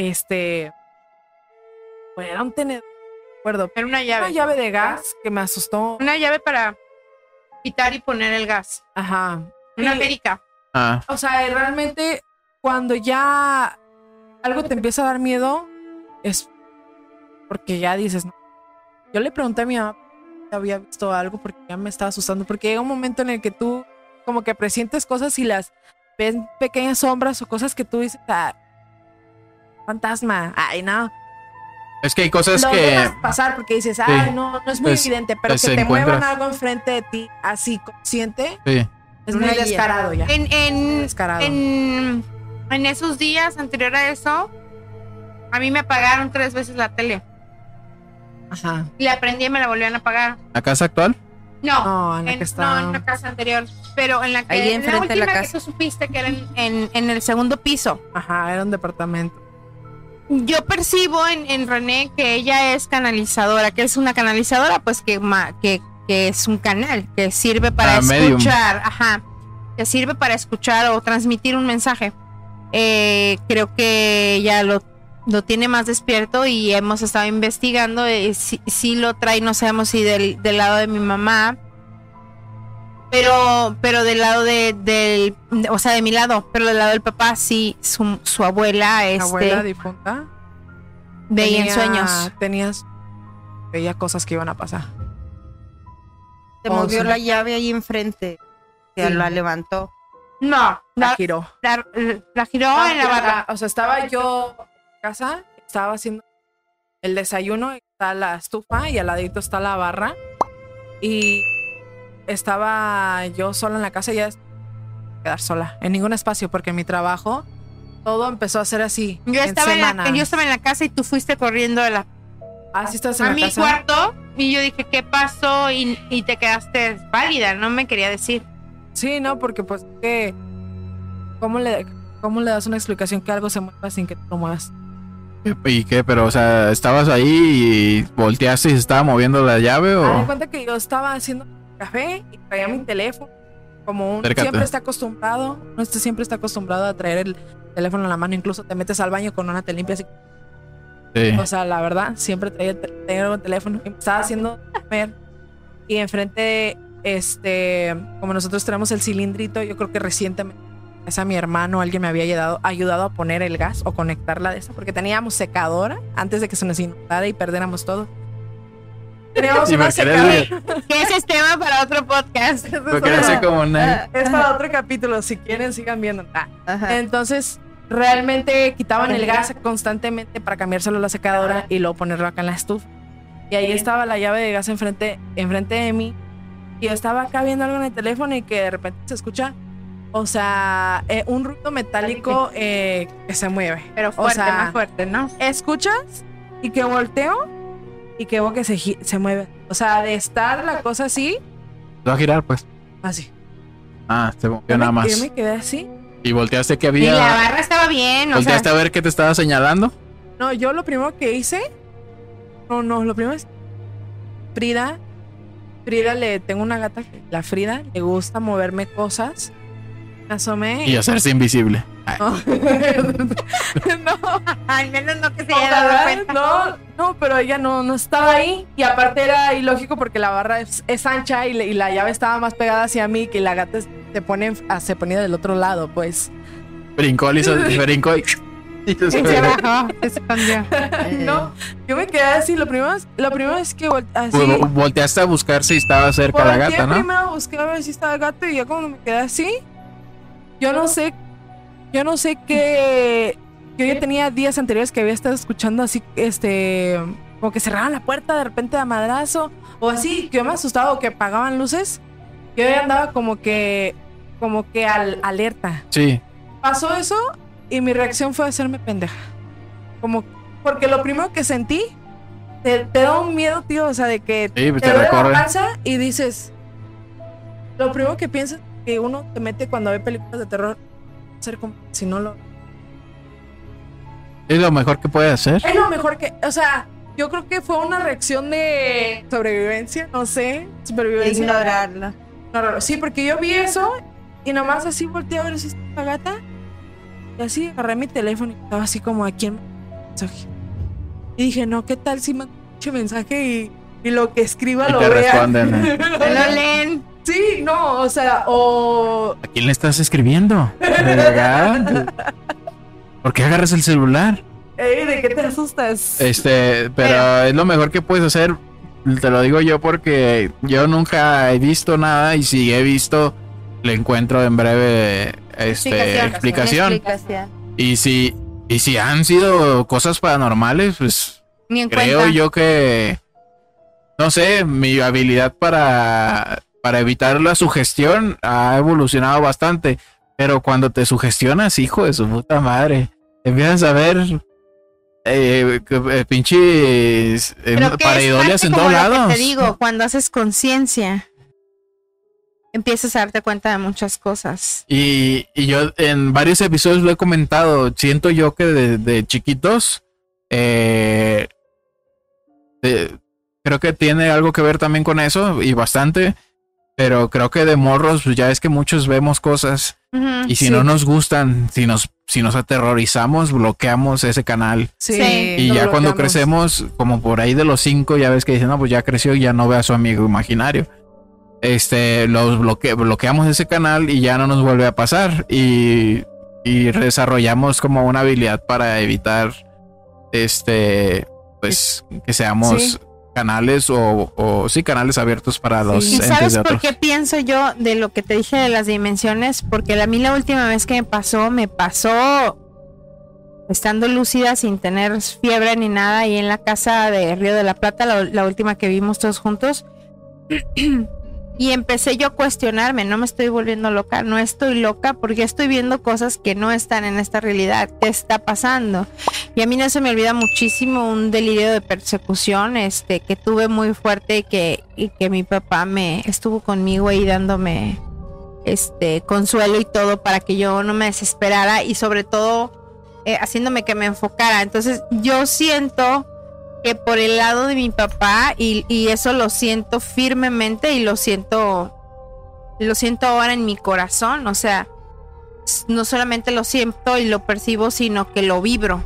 S3: pues era un tenedor, recuerdo, pero una llave de gas que me asustó.
S2: Una llave para quitar y poner el gas.
S3: Ajá.
S2: Una perica.
S3: O sea, realmente cuando ya algo te empieza a dar miedo, es porque ya dices, no. Yo le pregunté a mi mamá si había visto algo porque ya me estaba asustando, porque llega un momento en el que tú como que presientes cosas y las ves pequeñas sombras o cosas que tú dices, fantasma, ay no.
S1: Es que hay cosas
S3: lo
S1: que
S3: dejas pasar porque dices, no es muy evidente, pero que te muevan algo enfrente de ti así consciente, es muy descarado ya. Descarado.
S2: En esos días anterior a eso, a mí me apagaron 3 veces la tele.
S3: Ajá.
S2: Y la prendí y me la volvieron a apagar.
S1: ¿La casa actual?
S2: No, en la casa anterior. Pero en la que
S4: ahí enfrente
S2: la última de la casa que tú supiste que era en el segundo piso.
S3: Ajá, era un departamento.
S2: Yo percibo en René que ella es canalizadora, que es una canalizadora, pues que es un canal que sirve para escuchar, que sirve para escuchar o transmitir un mensaje. Creo que ella lo tiene más despierto y hemos estado investigando. Si lo trae, no sabemos si del lado de mi mamá, pero del lado o sea, de mi lado, pero del lado del papá sí, su abuela,
S3: abuela difunta,
S2: veía en sueños,
S3: veía cosas que iban a pasar.
S4: Se movió la llave ahí enfrente, que la levantó.
S2: No,
S3: la giró.
S2: La giró en la barra.
S3: O sea, estaba yo en casa, estaba haciendo el desayuno, está la estufa y al ladito está la barra. Y estaba yo sola en la casa y ya quedar sola, en ningún espacio, porque en mi trabajo todo empezó a ser así.
S2: Yo estaba en la casa y tú fuiste corriendo de
S3: sí estás en
S2: a
S3: la
S2: mi
S3: casa.
S2: cuarto y yo dije, ¿qué pasó? Y te quedaste pálida, no me quería decir.
S3: Sí, no, porque pues que ¿cómo le das una explicación que algo se mueva sin que tú lo muevas?
S1: ¿Y qué? Pero, o sea, ¿estabas ahí y volteaste y se estaba moviendo la llave o...?
S3: Me di cuenta que yo estaba haciendo café y traía mi teléfono como
S1: Acércate.
S3: siempre está acostumbrado, siempre está acostumbrado a traer el teléfono en la mano, incluso te metes al baño con una, te limpias y...
S1: Sí.
S3: O sea, la verdad, siempre traía el teléfono y me estaba haciendo comer y enfrente, como nosotros tenemos el cilindrito, yo creo que recientemente a mi hermano alguien me había ayudado a poner el gas o conectarla de esa, porque teníamos secadora antes de que se nos inundara y perdiéramos todo. Teníamos una secadora.
S2: Que ese es tema para otro podcast.
S1: Porque hace como una...
S3: Es para otro capítulo, si quieren sigan viendo.
S2: Ajá.
S3: Entonces, realmente quitaban el gas constantemente para cambiárselo a la secadora y luego ponerlo acá en la estufa. Y ahí estaba la llave de gas enfrente de mí. Y yo estaba acá viendo algo en el teléfono y que de repente se escucha, o sea, un ruido metálico que se mueve.
S2: Pero fuerte,
S3: o sea,
S2: más fuerte, ¿no?
S3: Escuchas y que volteo y que veo que se mueve. O sea, de estar la cosa así,
S1: Va a girar, pues.
S3: así.
S1: Ah, te movió nada más.
S3: Yo me quedé así.
S1: Y volteaste que
S2: Y
S1: había...
S2: la barra estaba bien, o sea,
S1: ¿Volteaste a ver qué te estaba señalando?
S3: No, yo lo primero que hice. No, lo primero es. Frida, tengo una gata que la Frida le gusta moverme cosas. Me asomé.
S1: Y hacerse invisible. Ay,
S3: No,
S2: al menos no que se haya dado cuenta.
S3: no, pero ella no estaba ahí. Y aparte era ilógico porque la barra es ancha y la llave estaba más pegada hacia mí, que la gata se ponía del otro lado, pues.
S1: brincó y brincó y
S2: Se bajó, se escondió.
S3: No, yo me quedé así. Lo primero es que así.
S1: volteaste a buscar si estaba cerca la
S3: Volteé
S1: gata, ¿no?
S3: primero busqué a ver si estaba el gato y ya cuando me quedé así, yo no sé qué. Yo ya tenía días anteriores que había estado escuchando así, como que cerraban la puerta de repente a madrazo o así, que yo me asustaba o que apagaban luces. Yo ya andaba como que alerta.
S1: Sí.
S3: Pasó eso y mi reacción fue hacerme pendeja. Porque lo primero que sentí te da un miedo, tío, o sea, de que
S1: Sí, pues
S3: te
S1: te
S3: duele la
S1: recorre.
S3: panza y dices, lo primero que piensas que uno te mete cuando ve películas de terror, hacer como si no lo...
S1: Es lo mejor que puede hacer.
S3: Es lo mejor que, o sea, yo creo que fue una reacción de sobrevivencia, no sé, supervivencia.
S4: Ignorarla.
S3: No, sí, porque yo vi eso y nomás así volteé a ver si estaba la gata y así agarré mi teléfono y estaba así como aquí en mensaje. Y dije, no, ¿qué tal si mando un mensaje y lo que escriba
S1: Y
S3: lo
S1: te
S3: vean?
S1: responden.
S2: Lo leen.
S3: Sí, no, o sea, o...
S1: ¿A quién le estás escribiendo? ¿Verdad? ¿Por qué agarras el celular?
S3: Ey, ¿de qué te asustas?
S1: Pero es lo mejor que puedes hacer. Te lo digo yo porque yo nunca he visto nada y si he visto le encuentro en breve explicación. Y si han sido cosas paranormales, pues
S2: Ni en
S1: creo
S2: cuenta.
S1: yo que no sé, mi habilidad para evitar la sugestión ha evolucionado bastante, pero cuando te sugestionas, hijo de su puta madre, empiezas a ver pinches
S2: Pero que
S1: pareidolias
S2: es
S1: en
S2: parte
S1: todos
S2: como lo que
S1: lados.
S2: te digo, cuando haces conciencia, empiezas a darte cuenta de muchas cosas.
S1: Y yo en varios episodios lo he comentado. Siento yo que de chiquitos creo que tiene algo que ver también con eso y bastante. Pero creo que de morros, pues ya es que muchos vemos cosas
S2: Ujú.
S1: y si
S3: Sí.
S1: no nos gustan, si nos aterrorizamos, bloqueamos ese canal.
S2: Sí.
S1: Y
S3: lo
S1: ya cuando
S3: bloqueamos.
S1: crecemos, como por ahí de los 5, ya ves que dicen, no, pues ya creció y ya no ve a su amigo imaginario. Los bloqueamos ese canal y ya no nos vuelve a pasar. Y desarrollamos como una habilidad para evitar pues que seamos
S3: Sí.
S1: canales o sí, canales abiertos para los
S2: ¿Y
S1: entes
S2: sabes
S1: de
S2: por
S1: otros.
S2: qué pienso yo de lo que te dije de las dimensiones? Porque a mí la última vez que me pasó estando lúcida sin tener fiebre ni nada ahí en la casa de Río de la Plata, la última que vimos todos juntos. Y empecé yo a cuestionarme, no me estoy volviendo loca, no estoy loca porque estoy viendo cosas que no están en esta realidad, ¿qué está pasando? Y a mí no se me olvida muchísimo un delirio de persecución que tuve muy fuerte y que mi papá me estuvo conmigo ahí dándome consuelo y todo para que yo no me desesperara y sobre todo haciéndome que me enfocara. Entonces yo siento que por el lado de mi papá y eso lo siento firmemente y lo siento lo siento ahora en mi corazón, o sea, no solamente lo siento y lo percibo, sino que lo vibro.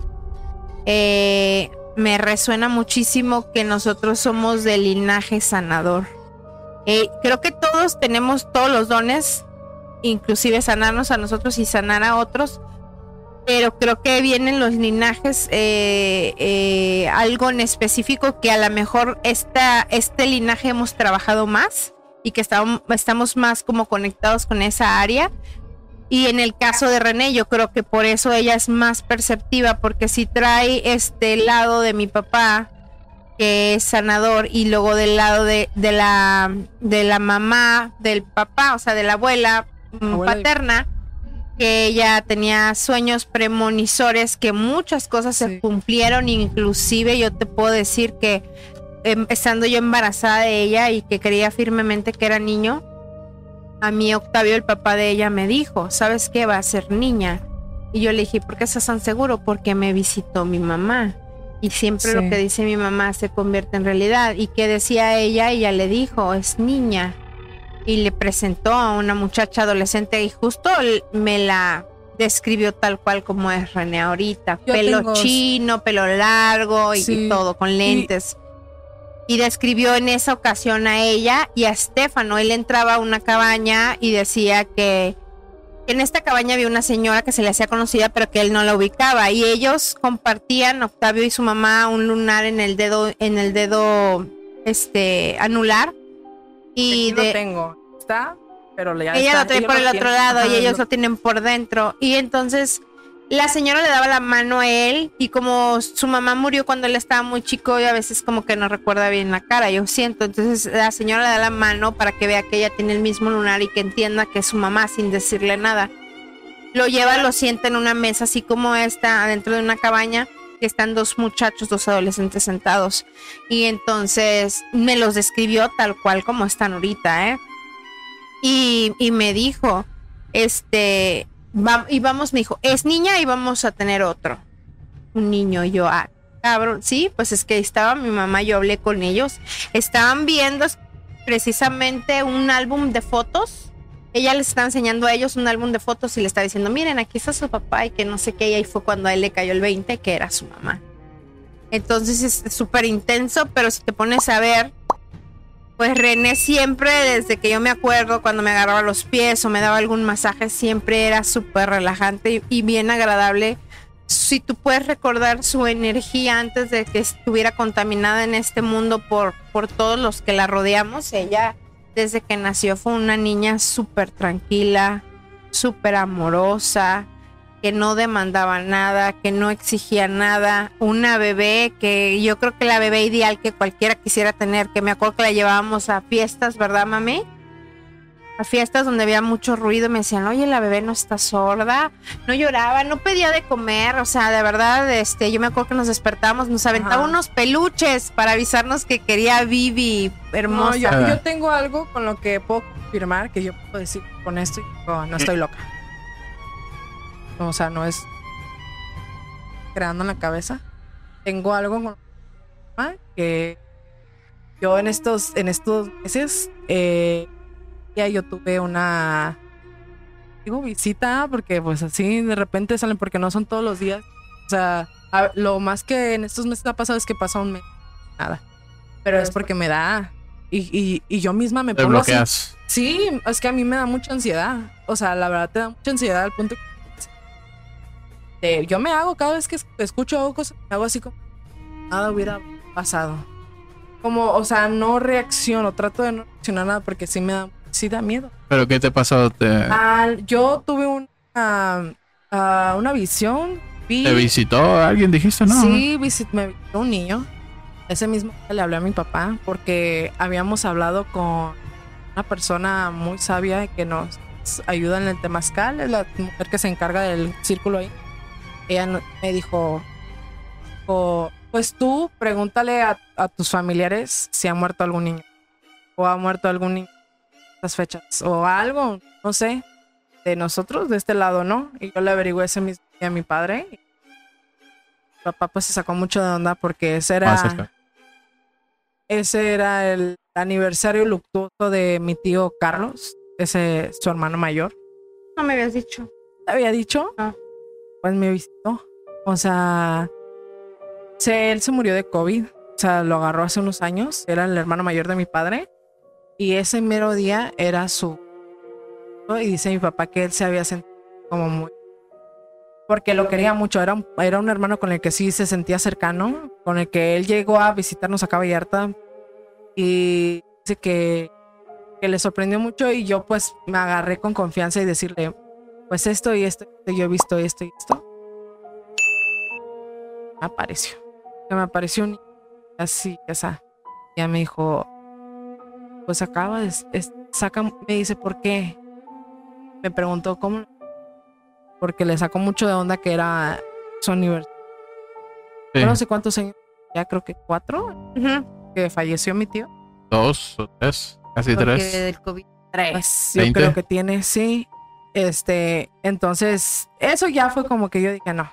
S2: Me resuena muchísimo que nosotros somos del linaje sanador. Creo que todos tenemos todos los dones, inclusive sanarnos a nosotros y sanar a otros, pero creo que vienen los linajes, algo en específico que a lo mejor este linaje hemos trabajado más y que estamos más como conectados con esa área. Y en el caso de René, yo creo que por eso ella es más perceptiva, porque si trae este lado de mi papá, que es sanador, y luego del lado de la mamá del papá, o sea, de la abuela paterna, que ella tenía sueños premonitores, que muchas cosas se cumplieron, inclusive yo te puedo decir que estando yo embarazada de ella y que creía firmemente que era niño, a mí Octavio, el papá de ella, me dijo, ¿sabes qué? Va a ser niña. Y yo le dije, ¿por qué estás tan seguro? Porque me visitó mi mamá. Y siempre lo que dice mi mamá se convierte en realidad. ¿Y qué decía ella? Ella le dijo, es niña. Y le presentó a una muchacha adolescente y justo me la describió tal cual como es René ahorita. Pelo chino, pelo largo y todo, con lentes. Y describió en esa ocasión a ella y a Estefano. Él entraba a una cabaña y decía que en esta cabaña había una señora que se le hacía conocida, pero que él no la ubicaba. Y ellos compartían, Octavio y su mamá, un lunar en el dedo anular. Y
S3: aquí lo tengo. Está, pero
S2: ella lo trae por el otro lado y ellos lo tienen por dentro. Y entonces la señora le daba la mano a él, y como su mamá murió cuando él estaba muy chico y a veces como que no recuerda bien la cara, yo siento, entonces la señora le da la mano para que vea que ella tiene el mismo lunar y que entienda que es su mamá sin decirle nada. Lo lleva, lo sienta en una mesa así como esta, adentro de una cabaña, que están dos muchachos, dos adolescentes sentados, y entonces me los describió tal cual como están ahorita, y me dijo, y vamos, me dijo, es niña y vamos a tener un niño. Y yo, cabrón, sí, pues es que estaba mi mamá, yo hablé con ellos, estaban viendo precisamente un álbum de fotos, ella les estaba enseñando a ellos un álbum de fotos y le estaba diciendo, miren, aquí está su papá y que no sé qué, y ahí fue cuando a él le cayó el 20 que era su mamá. Entonces es súper intenso, pero si te pones a ver, pues René siempre, desde que yo me acuerdo, cuando me agarraba los pies o me daba algún masaje, siempre era súper relajante y bien agradable. Si tú puedes recordar su energía antes de que estuviera contaminada en este mundo por todos los que la rodeamos, ella desde que nació fue una niña súper tranquila, súper amorosa, que no demandaba nada, que no exigía nada, una bebé que yo creo que la bebé ideal que cualquiera quisiera tener, que me acuerdo que la llevábamos a fiestas, ¿verdad, mami? A fiestas donde había mucho ruido, me decían, oye, la bebé no está sorda, no lloraba, no pedía de comer, o sea, de verdad, yo me acuerdo que nos despertábamos, nos aventaba unos peluches para avisarnos que quería Vivi, hermosa.
S3: No, yo tengo algo con lo que puedo confirmar, que yo puedo decir con esto, no estoy loca. O sea, no es creando en la cabeza. Tengo algo con que yo en estos meses ya yo tuve una visita, porque pues así de repente salen, porque no son todos los días. O sea, lo más que en estos meses ha pasado es que pasa un mes, nada. Pero es porque me da y yo misma me pongo así. Sí, es que a mí me da mucha ansiedad. O sea, la verdad te da mucha ansiedad al punto que yo me hago, cada vez que escucho cosas, me hago así como nada hubiera pasado. Como, o sea, no reacciono, trato de no reaccionar nada porque sí da miedo.
S1: ¿Pero qué te pasó?
S3: Yo tuve una visión.
S1: ¿Te visitó alguien, dijiste, no?
S3: Sí, me visitó un niño. Ese mismo día le hablé a mi papá porque habíamos hablado con una persona muy sabia que nos ayuda en el temazcal, es la mujer que se encarga del círculo ahí. Ella me dijo, pues tú pregúntale a tus familiares si ha muerto algún niño o ha muerto algún niño en estas fechas o algo, no sé, de nosotros, de este lado, ¿no? Y yo le averigüé ese mismo día a mi padre. Y mi papá pues se sacó mucho de onda porque ese era el aniversario luctuoso de mi tío Carlos, ese su hermano mayor.
S2: No me habías dicho.
S3: ¿Te había dicho?
S2: No.
S3: Pues me visitó. O sea, él se murió de COVID. O sea, lo agarró hace unos años. Era el hermano mayor de mi padre. Y ese mero día era su... Y dice mi papá que él se había sentido como muy... Porque lo quería mucho. Era un hermano con el que sí se sentía cercano. Con el que él llegó a visitarnos a Cabo Vallarta. Y dice que le sorprendió mucho. Y yo pues me agarré con confianza y decirle... Pues esto y esto. Yo he visto esto y esto. Me apareció un niño así, esa. Ya me dijo... Pues acaba de... me dice, ¿por qué? Me preguntó cómo... Porque le sacó mucho de onda que era su aniversario.
S1: Sí.
S3: No sé cuántos años, ya creo que 4, que falleció mi tío.
S1: 2 o 3, casi
S4: Porque
S1: 3.
S4: del COVID.
S3: 3, yo
S1: 20.
S3: creo que tiene, sí. Entonces, eso ya fue como que yo dije, no.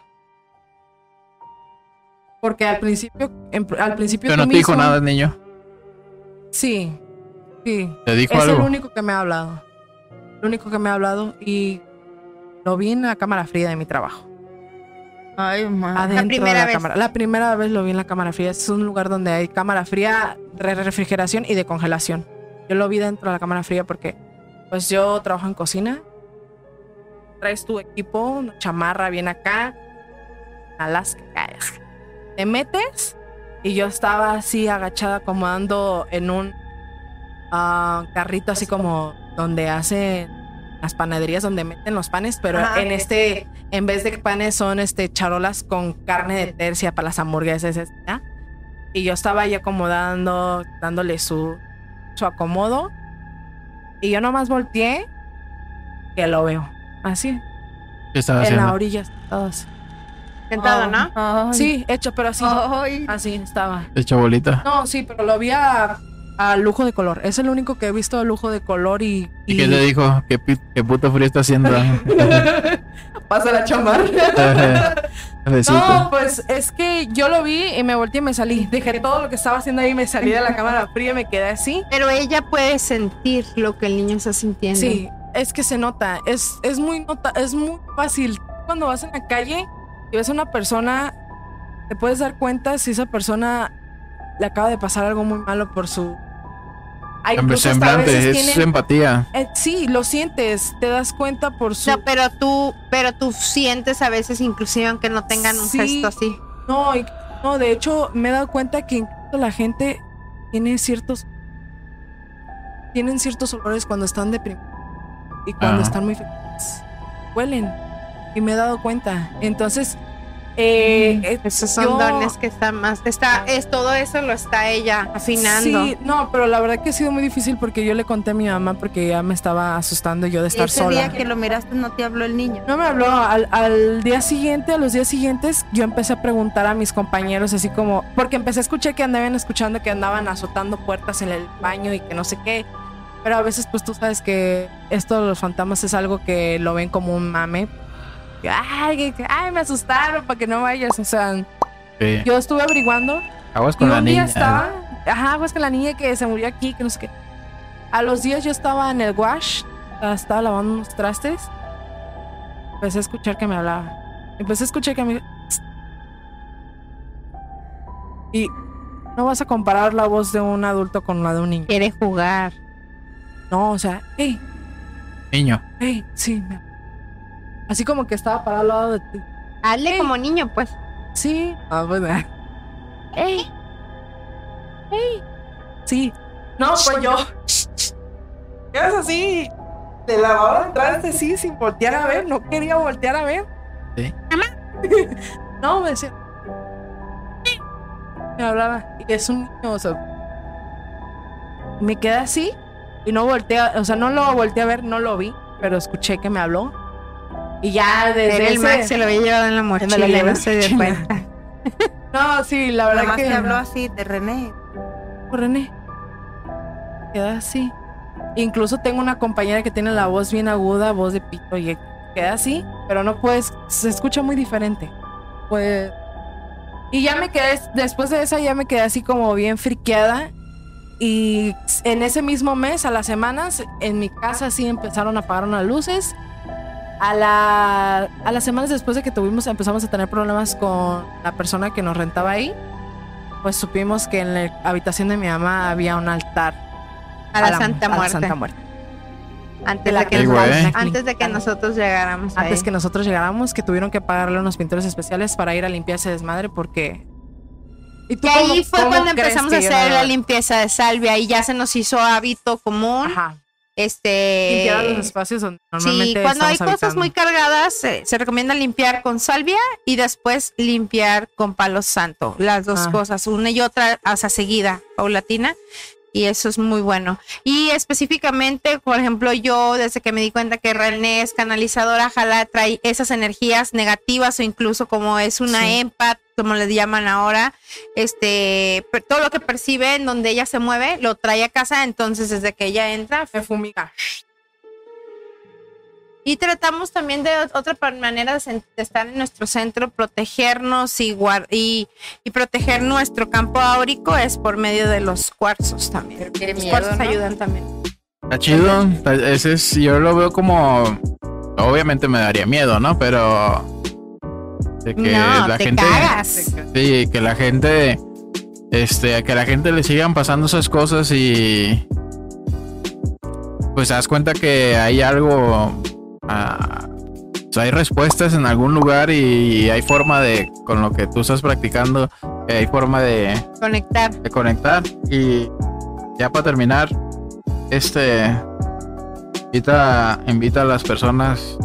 S3: Porque al principio
S1: Pero no
S3: tú
S1: te dijo
S3: mismo-
S1: nada el niño.
S3: Sí.
S1: ¿Te dijo
S3: Es el
S1: algo?
S3: único que me ha hablado. El único que me ha hablado y lo vi en la cámara fría de mi trabajo.
S4: Ay, madre.
S3: Adentro
S2: primera
S3: de la
S2: vez.
S3: cámara. La primera vez lo vi en la cámara fría. Es un lugar donde hay cámara fría, refrigeración y de congelación. Yo lo vi dentro de la cámara fría porque pues yo trabajo en cocina. Traes tu equipo, una chamarra bien acá, Alaska. Te metes y yo estaba así agachada acomodando en un carrito así como donde hacen las panaderías donde meten los panes, pero
S4: Ajá.
S3: en vez de panes son charolas con carne de tercia para las hamburguesas, ¿ya? Y yo estaba ahí acomodando, dándole su acomodo, y yo nomás volteé que lo veo así
S1: ¿Qué estaba
S3: en
S1: haciendo?
S3: la orilla sentado así.
S2: Sentado, ¿no?
S4: Ay.
S3: Sí, hecho, pero así
S4: Ay.
S3: así estaba.
S1: Hecha bolita.
S3: No, sí, pero lo vi a lujo de color. Es el único que he visto a lujo de color y...
S1: ¿Y qué te dijo? ¿Qué puto frío está haciendo?
S3: Pasa la chamarra.
S1: Besito.
S3: No, pues es que yo lo vi y me volteé y me salí. Dejé todo lo que estaba haciendo ahí, me salí de la cámara fría y me quedé así.
S2: Pero ella puede sentir lo que el niño está sintiendo.
S3: Sí, es que se nota. Es muy fácil. Cuando vas en la calle y ves a una persona, te puedes dar cuenta si esa persona le acaba de pasar algo muy malo por su... incluso hasta a veces
S1: Semblante, es
S3: tienen-
S1: empatía.
S3: sí, lo sientes, te das cuenta por su...
S2: No, pero tú sientes a veces, inclusive aunque no tengan un
S3: Sí.
S2: gesto así.
S3: No, de hecho me he dado cuenta que incluso la gente tienen ciertos olores cuando están deprimidos y cuando
S1: Ajá.
S3: están muy felices. Huelen. Y me he dado cuenta. Entonces,
S2: Esos son
S3: yo-
S2: dones que están más. Todo eso lo está ella afinando.
S3: Sí, no, pero la verdad que ha sido muy difícil porque yo le conté a mi mamá porque ya me estaba asustando yo de
S4: Y
S3: estar
S4: ese
S3: sola.
S4: día que lo miraste no te habló el niño.
S3: No me habló. Al día siguiente, a los días siguientes, yo empecé a preguntar a mis compañeros, así como, porque empecé a escuchar que andaban escuchando que andaban azotando puertas en el baño y que no sé qué. Pero a veces, pues tú sabes que esto de los fantasmas es algo que lo ven como un mame. Ay, me asustaron para que no vayas. O sea,
S1: Sí.
S3: yo estuve averiguando.
S1: Aguas
S3: Y
S1: con la
S3: un día
S1: niña.
S3: estaba, pues con la niña que se murió aquí, que no sé qué. A los días yo estaba en el wash, estaba lavando unos trastes. Empecé a escuchar que me hablaba. Empecé a escuchar que me... Y no vas a comparar la voz de un adulto con la de un niño.
S2: Quiere jugar.
S3: No, o sea, hey,
S1: Niño.
S3: sí. Así como que estaba parado al lado de ti.
S2: Hazle como niño, pues.
S3: Sí. Pues,
S2: ¡Ey!
S3: sí. No, pues yo. Es así. De lavaba el traste, sí, sin voltear a ver. No quería voltear a ver.
S1: Sí.
S3: No, me decía. Me hablaba. Y es un niño, o sea. Me quedé así. Y no volteé, o sea, no lo volteé a ver, no lo vi. Pero escuché que me habló. Y ya desde
S2: Era el
S3: ese...
S2: Max se lo había llevado en la mochila
S3: lo
S2: y
S3: llevé
S2: no se dio
S3: en la
S2: cuenta.
S3: No, sí, la
S4: Nada
S3: verdad
S4: más
S3: que...
S4: te habló así de René.
S3: René. Queda así. Incluso tengo una compañera que tiene la voz bien aguda, voz de pito, y queda así, pero no puedes, se escucha muy diferente. Pues. Y ya me quedé, después de esa ya me quedé así como bien friqueada. Y en ese mismo mes, a las semanas, en mi casa sí empezaron a apagar las luces. A las semanas después de que empezamos a tener problemas con la persona que nos rentaba ahí, pues supimos que en la habitación de mi mamá había un altar
S2: a la Santa Muerte. Antes de que nosotros llegáramos.
S3: Antes que nosotros llegáramos, que tuvieron que pagarle unos pintores especiales para ir a limpiar ese desmadre porque...
S2: Y ahí fue cuando empezamos a hacer la limpieza de salvia y ya se nos hizo hábito común.
S3: Ajá. Limpiar los espacios donde normalmente
S2: cuando hay
S3: habitando.
S2: cosas muy cargadas, se recomienda limpiar con salvia y después limpiar con palo santo. Las dos cosas, una y otra, hasta seguida, paulatina. Y eso es muy bueno. Y específicamente, por ejemplo, yo desde que me di cuenta que René es canalizadora, ojalá trae esas energías negativas o incluso como es una empath, como le llaman ahora, todo lo que percibe en donde ella se mueve, lo trae a casa, entonces desde que ella entra,
S3: se fumiga.
S2: Y tratamos también de otra manera de estar en nuestro centro, protegernos y proteger nuestro campo áurico es por medio de los cuarzos también. Los cuarzos ayudan también.
S1: Está chido. Yo lo veo como... Obviamente me daría miedo, ¿no? Pero... De que la gente...
S2: cagas.
S1: Sí, que la gente... que la gente le sigan pasando esas cosas y... Pues te das cuenta que hay algo... hay respuestas en algún lugar y hay forma de, con lo que tú estás practicando, hay forma de conectar. Y ya para terminar, invita a las personas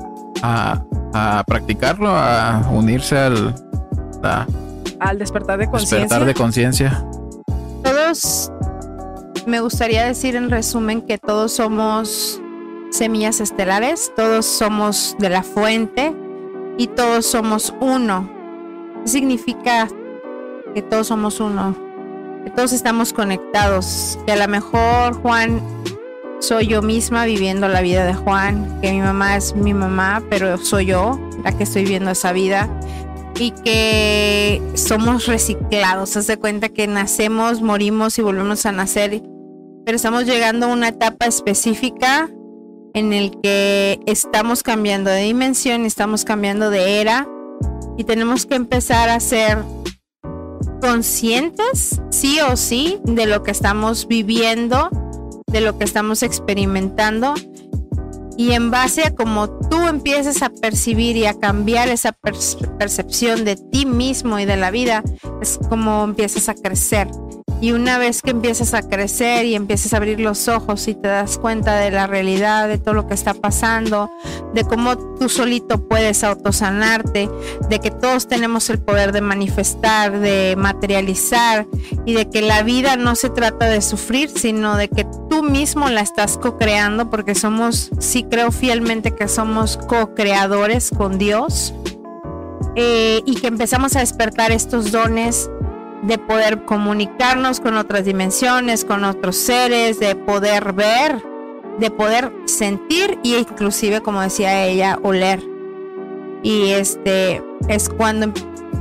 S1: a practicarlo, a unirse al
S3: despertar de
S1: conciencia.
S2: Todos, me gustaría decir en resumen que todos somos semillas estelares, todos somos de la fuente y todos somos uno. ¿Qué significa que todos somos uno? Que todos estamos conectados, que a lo mejor Juan soy yo misma viviendo la vida de Juan, que mi mamá es mi mamá, pero soy yo la que estoy viviendo esa vida y que somos reciclados. Haz de cuenta que nacemos, morimos y volvemos a nacer, pero estamos llegando a una etapa específica en el que estamos cambiando de dimensión, estamos cambiando de era y tenemos que empezar a ser conscientes, sí o sí, de lo que estamos viviendo, de lo que estamos experimentando y en base a cómo tú empieces a percibir y a cambiar esa percepción de ti mismo y de la vida, es como empiezas a crecer. Y una vez que empiezas a crecer y empiezas a abrir los ojos y te das cuenta de la realidad, de todo lo que está pasando, de cómo tú solito puedes autosanarte, de que todos tenemos el poder de manifestar, de materializar y de que la vida no se trata de sufrir, sino de que tú mismo la estás co-creando, porque sí creo fielmente que somos co-creadores con Dios, y que empezamos a despertar estos dones de poder comunicarnos con otras dimensiones, con otros seres, de poder ver, de poder sentir y inclusive, como decía ella, oler. Y es cuando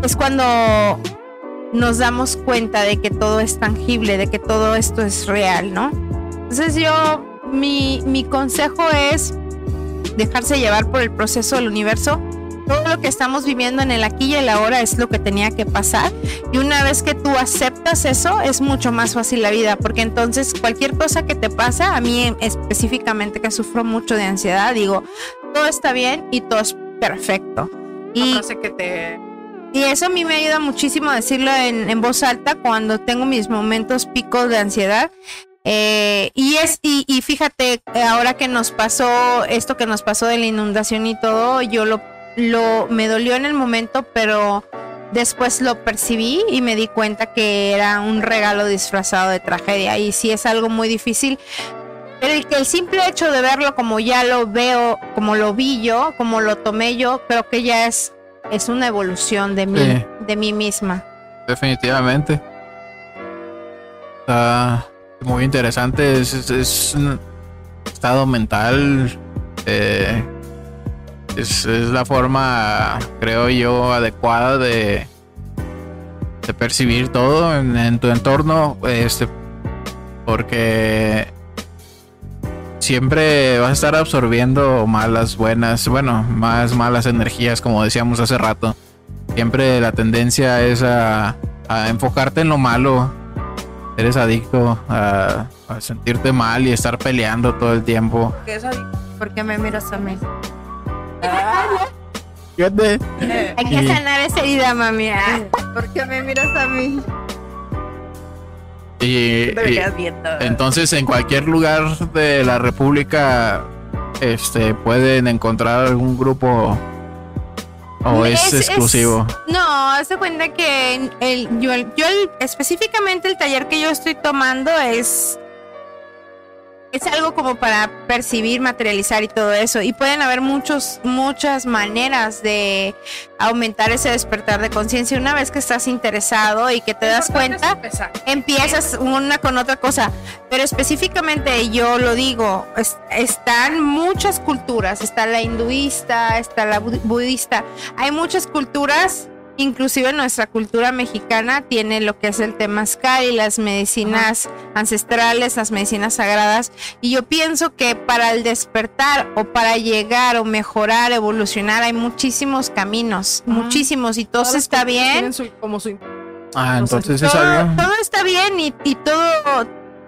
S2: nos damos cuenta de que todo es tangible, de que todo esto es real, ¿no? Entonces mi consejo es dejarse llevar por el proceso del universo. Todo lo que estamos viviendo en el aquí y el ahora es lo que tenía que pasar, y una vez que tú aceptas eso es mucho más fácil la vida, porque entonces cualquier cosa que te pasa, a mí específicamente que sufro mucho de ansiedad, digo, todo está bien y todo es perfecto. Y eso a mí me ayuda muchísimo a decirlo en voz alta cuando tengo mis momentos picos de ansiedad. Y fíjate, ahora que nos pasó esto que nos pasó de la inundación y todo, yo me dolió en el momento, pero después lo percibí y me di cuenta que era un regalo disfrazado de tragedia, y sí es algo muy difícil, pero el simple hecho de verlo como ya lo veo, como lo vi yo, como lo tomé yo, creo que ya es una evolución de mí, sí, de mí misma.
S1: Definitivamente. Está muy interesante, es un estado mental, es la forma, creo yo, adecuada de percibir todo en tu entorno. porque siempre vas a estar absorbiendo malas, buenas, bueno, más malas energías, como decíamos hace rato. Siempre la tendencia es a enfocarte en lo malo. Eres adicto a sentirte mal y estar peleando todo el tiempo.
S4: ¿Por qué me miras a mí?
S1: Fíjate.
S2: Hay que sanar esa herida, mami.
S4: ¿Por qué me miras a mí?
S1: Y entonces en cualquier lugar de la República pueden encontrar algún grupo, o es exclusivo.
S2: No, hazte cuenta que específicamente el taller que yo estoy tomando es algo como para percibir, materializar y todo eso. Y pueden haber muchas maneras de aumentar ese despertar de conciencia. Una vez que estás interesado y que te das cuenta, empiezas una con otra cosa. Pero específicamente yo lo digo, están muchas culturas. Está la hinduista, está la budista. Hay muchas culturas. Inclusive nuestra cultura mexicana tiene lo que es el temazcal y las medicinas ancestrales, las medicinas sagradas, y yo pienso que para el despertar o para llegar o mejorar, evolucionar, hay muchísimos caminos, muchísimos, y todo está bien.
S1: Entonces es algo.
S2: Todo está bien y todo.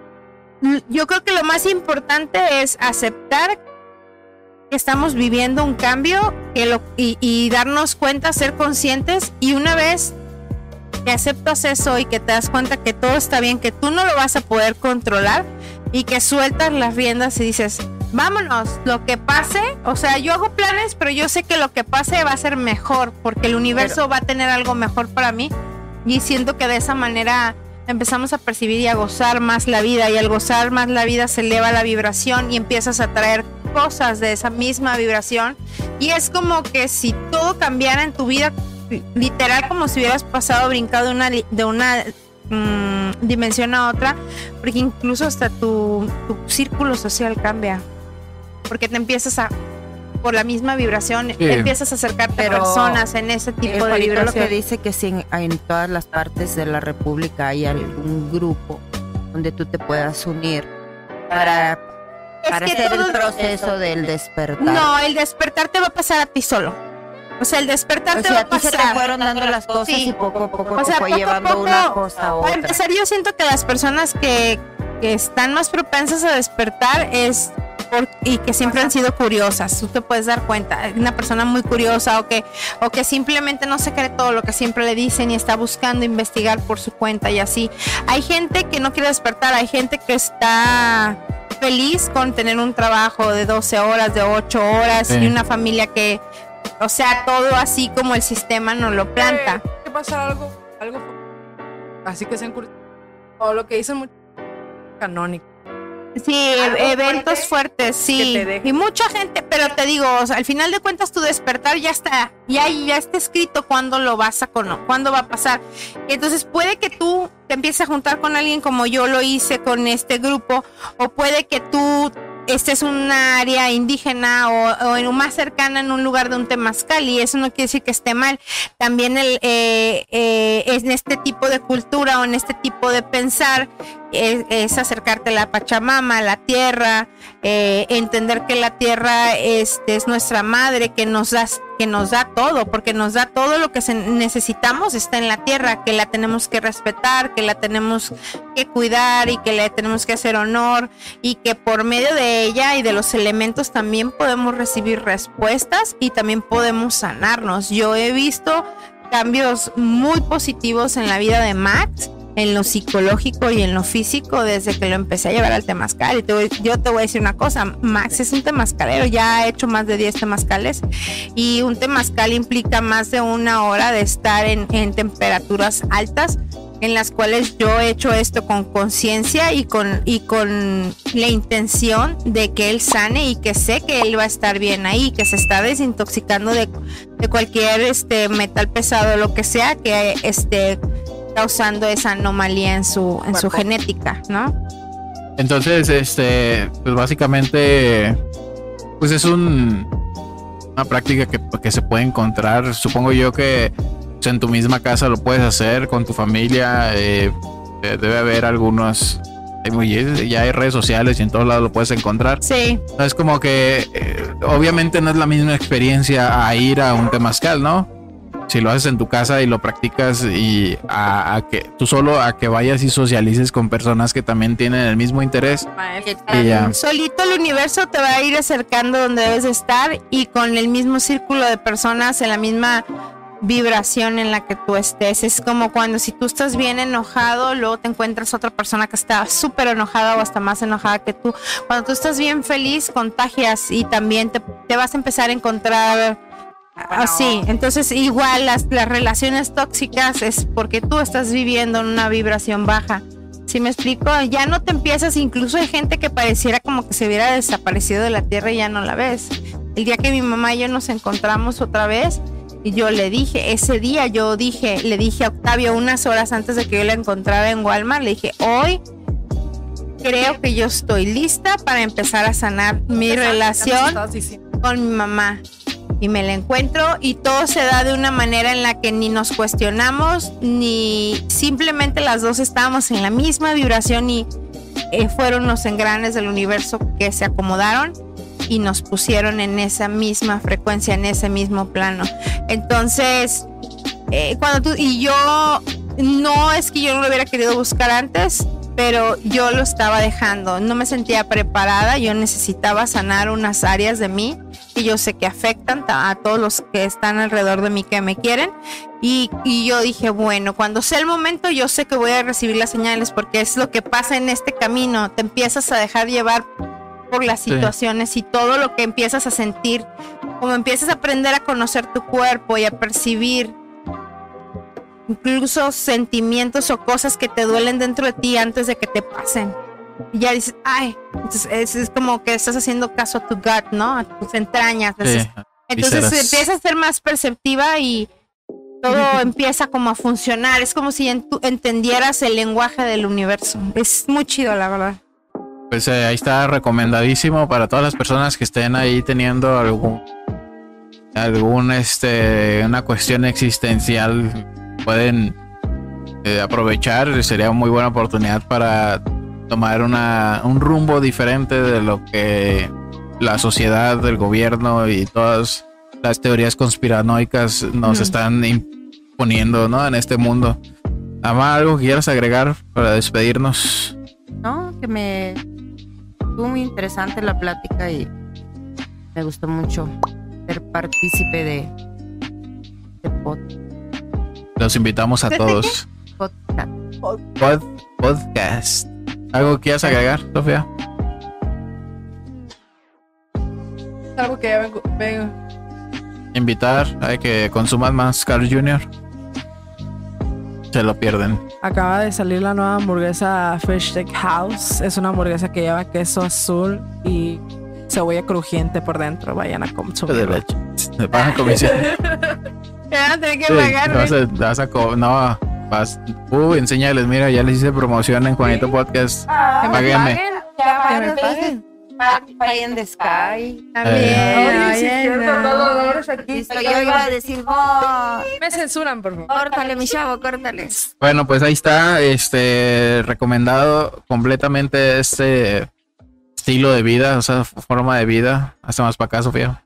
S2: Yo creo que lo más importante es aceptar que estamos viviendo un cambio y darnos cuenta, ser conscientes, y una vez que aceptas eso y que te das cuenta que todo está bien, que tú no lo vas a poder controlar y que sueltas las riendas y dices, vámonos, lo que pase, o sea, yo hago planes, pero yo sé que lo que pase va a ser mejor, porque el universo va a tener algo mejor para mí, y siento que de esa manera empezamos a percibir y a gozar más la vida, y al gozar más la vida se eleva la vibración y empiezas a traer cosas de esa misma vibración, y es como que si todo cambiara en tu vida, literal, como si hubieras pasado, brincado de una dimensión a otra, porque incluso hasta tu círculo social cambia, porque te empiezas por la misma vibración, empiezas a acercarte a personas en ese tipo de vibración.
S4: Lo que dice que si en todas las partes de la República hay algún grupo donde tú te puedas unir para hacer el proceso del despertar.
S2: No, el despertar te va a pasar a ti solo. O sea, el despertar te va a pasar.
S4: Se te fueron dando las cosas y poco a poco te fue llevando una cosa a otra.
S2: Para empezar, yo siento que las personas que están más propensas a despertar y que siempre han sido curiosas. Tú te puedes dar cuenta, una persona muy curiosa o que simplemente no se cree todo lo que siempre le dicen y está buscando investigar por su cuenta y así. Hay gente que no quiere despertar, hay gente que está feliz con tener un trabajo de 12 horas, de 8 horas y una familia que, o sea, todo así como el sistema nos lo planta.
S3: ¿Qué pasa? Algo así que se o lo que dicen mucho canónico.
S2: Sí, eventos fuertes, sí. Y mucha gente, pero te digo, o sea, al final de cuentas tu despertar ya está escrito cuándo cuándo va a pasar. Y entonces puede que tú te empieces a juntar con alguien como yo lo hice con este grupo, o puede que tú estés en un área indígena o en un más cercana en un lugar de un temazcal, y eso no quiere decir que esté mal. También en este tipo de cultura o en este tipo de pensar es acercarte a la Pachamama, a la tierra, entender que la tierra es nuestra madre, que nos da todo, porque nos da todo lo que necesitamos, está en la tierra, que la tenemos que respetar, que la tenemos que cuidar y que le tenemos que hacer honor, y que por medio de ella y de los elementos también podemos recibir respuestas y también podemos sanarnos. Yo he visto cambios muy positivos en la vida de Max, en lo psicológico y en lo físico, desde que lo empecé a llevar al temazcal. Y yo te voy a decir una cosa, Max es un temazcalero, ya ha hecho más de 10 temazcales, y un temazcal implica más de una hora de estar en temperaturas altas, en las cuales yo he hecho esto con conciencia y con la intención de que él sane, y que sé que él va a estar bien ahí, que se está desintoxicando de cualquier metal pesado, lo que sea que esté causando esa anomalía en su genética, ¿no?
S1: Entonces, pues básicamente, pues es una práctica que se puede encontrar. Supongo yo que pues, en tu misma casa lo puedes hacer con tu familia. Debe haber algunos Ya hay redes sociales y en todos lados lo puedes encontrar.
S2: Sí.
S1: No es como que obviamente no es la misma experiencia a ir a un temazcal, ¿no? Si lo haces en tu casa y lo practicas y a que tú solo a que vayas y socialices con personas que también tienen el mismo interés. Y ya.
S2: Solito el universo te va a ir acercando donde debes estar y con el mismo círculo de personas en la misma vibración en la que tú estés. Es como cuando si tú estás bien enojado, luego te encuentras otra persona que está súper enojada o hasta más enojada que tú. Cuando tú estás bien feliz, contagias y también te vas a empezar a encontrar así. Entonces igual las relaciones tóxicas es porque tú estás viviendo en una vibración baja. ¿Sí me explico? Ya no te empiezas, incluso hay gente que pareciera como que se hubiera desaparecido de la tierra y ya no la ves. El día que mi mamá y yo nos encontramos otra vez, y yo le dije, ese día le dije a Octavio unas horas antes de que yo la encontrara en Walmart, le dije, hoy creo que yo estoy lista para empezar a sanar mi relación con mi mamá. Y me la encuentro y todo se da de una manera en la que ni nos cuestionamos, ni simplemente las dos estábamos en la misma vibración y fueron los engranes del universo que se acomodaron y nos pusieron en esa misma frecuencia, en ese mismo plano. Entonces, cuando tú y yo, no es que yo no lo hubiera querido buscar antes, pero yo lo estaba dejando, no me sentía preparada, yo necesitaba sanar unas áreas de mí que yo sé que afectan a todos los que están alrededor de mí que me quieren y yo dije, bueno, cuando sea el momento yo sé que voy a recibir las señales porque es lo que pasa en este camino, te empiezas a dejar llevar por las situaciones y todo lo que empiezas a sentir, como empiezas a aprender a conocer tu cuerpo y a percibir incluso sentimientos o cosas que te duelen dentro de ti antes de que te pasen. Y ya dices, ay, entonces es como que estás haciendo caso a tu gut, ¿no? A tus entrañas. Entonces empiezas a ser más perceptiva y todo empieza como a funcionar. Es como si entendieras el lenguaje del universo. Es muy chido, la verdad.
S1: Pues ahí está recomendadísimo para todas las personas que estén ahí teniendo una cuestión existencial. Pueden aprovechar, sería una muy buena oportunidad para tomar un rumbo diferente de lo que la sociedad, el gobierno y todas las teorías conspiranoicas nos están imponiendo, ¿no? En este mundo. Ama, ¿algo que quieras agregar para despedirnos?
S4: No, que estuvo muy interesante la plática y me gustó mucho ser partícipe de podcast.
S1: Los invitamos a todos. Podcast. ¿Algo que quieras agregar, Sofía?
S3: Algo que ya vengo.
S1: Invitar a que consuman más Carl Jr. Se lo pierden.
S3: Acaba de salir la nueva hamburguesa Fish Steakhouse. Es una hamburguesa que lleva queso azul y cebolla crujiente por dentro. Vayan a consumir.
S1: De leche. Me pagan comisión.
S2: Ya no tenés que pagar.
S1: Enséñales, mira, ya les hice promoción en Juanito Podcast. Páguenme.
S4: Que me paguen. Paguen de Sky. Yo iba a decir,
S3: me censuran, por favor.
S4: Córtale, mi chavo, córtale.
S1: Bueno, pues ahí está, recomendado completamente este estilo de vida, o sea, forma de vida. Hasta más para acá, Sofía.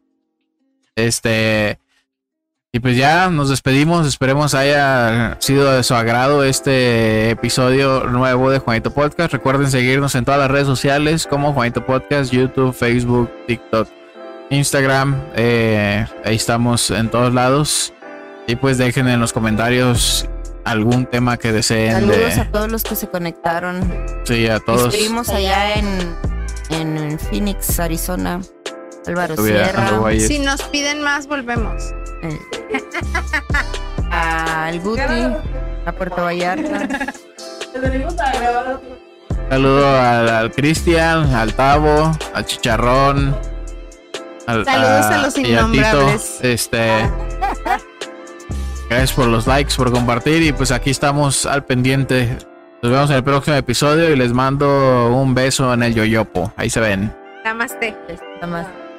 S1: Y pues ya nos despedimos. Esperemos haya sido de su agrado este episodio nuevo de Juanito Podcast. Recuerden seguirnos en todas las redes sociales como Juanito Podcast, YouTube, Facebook, TikTok, Instagram. Ahí estamos en todos lados. Y pues dejen en los comentarios algún tema que deseen.
S4: Saludos a todos los que se conectaron.
S1: Sí, a todos.
S4: Estuvimos allá en Phoenix, Arizona. Álvaro Sierra.
S2: Si nos piden más, volvemos.
S4: Al Guti, a Puerto Vallarta.
S1: Saludo al Cristian, al Tavo, al Chicharrón.
S2: Saludos a los innombrables.
S1: Gracias por los likes, por compartir. Y pues aquí estamos al pendiente. Nos vemos en el próximo episodio y les mando un beso en el yoyopo. Ahí se ven.
S2: Namaste.
S4: Namaste.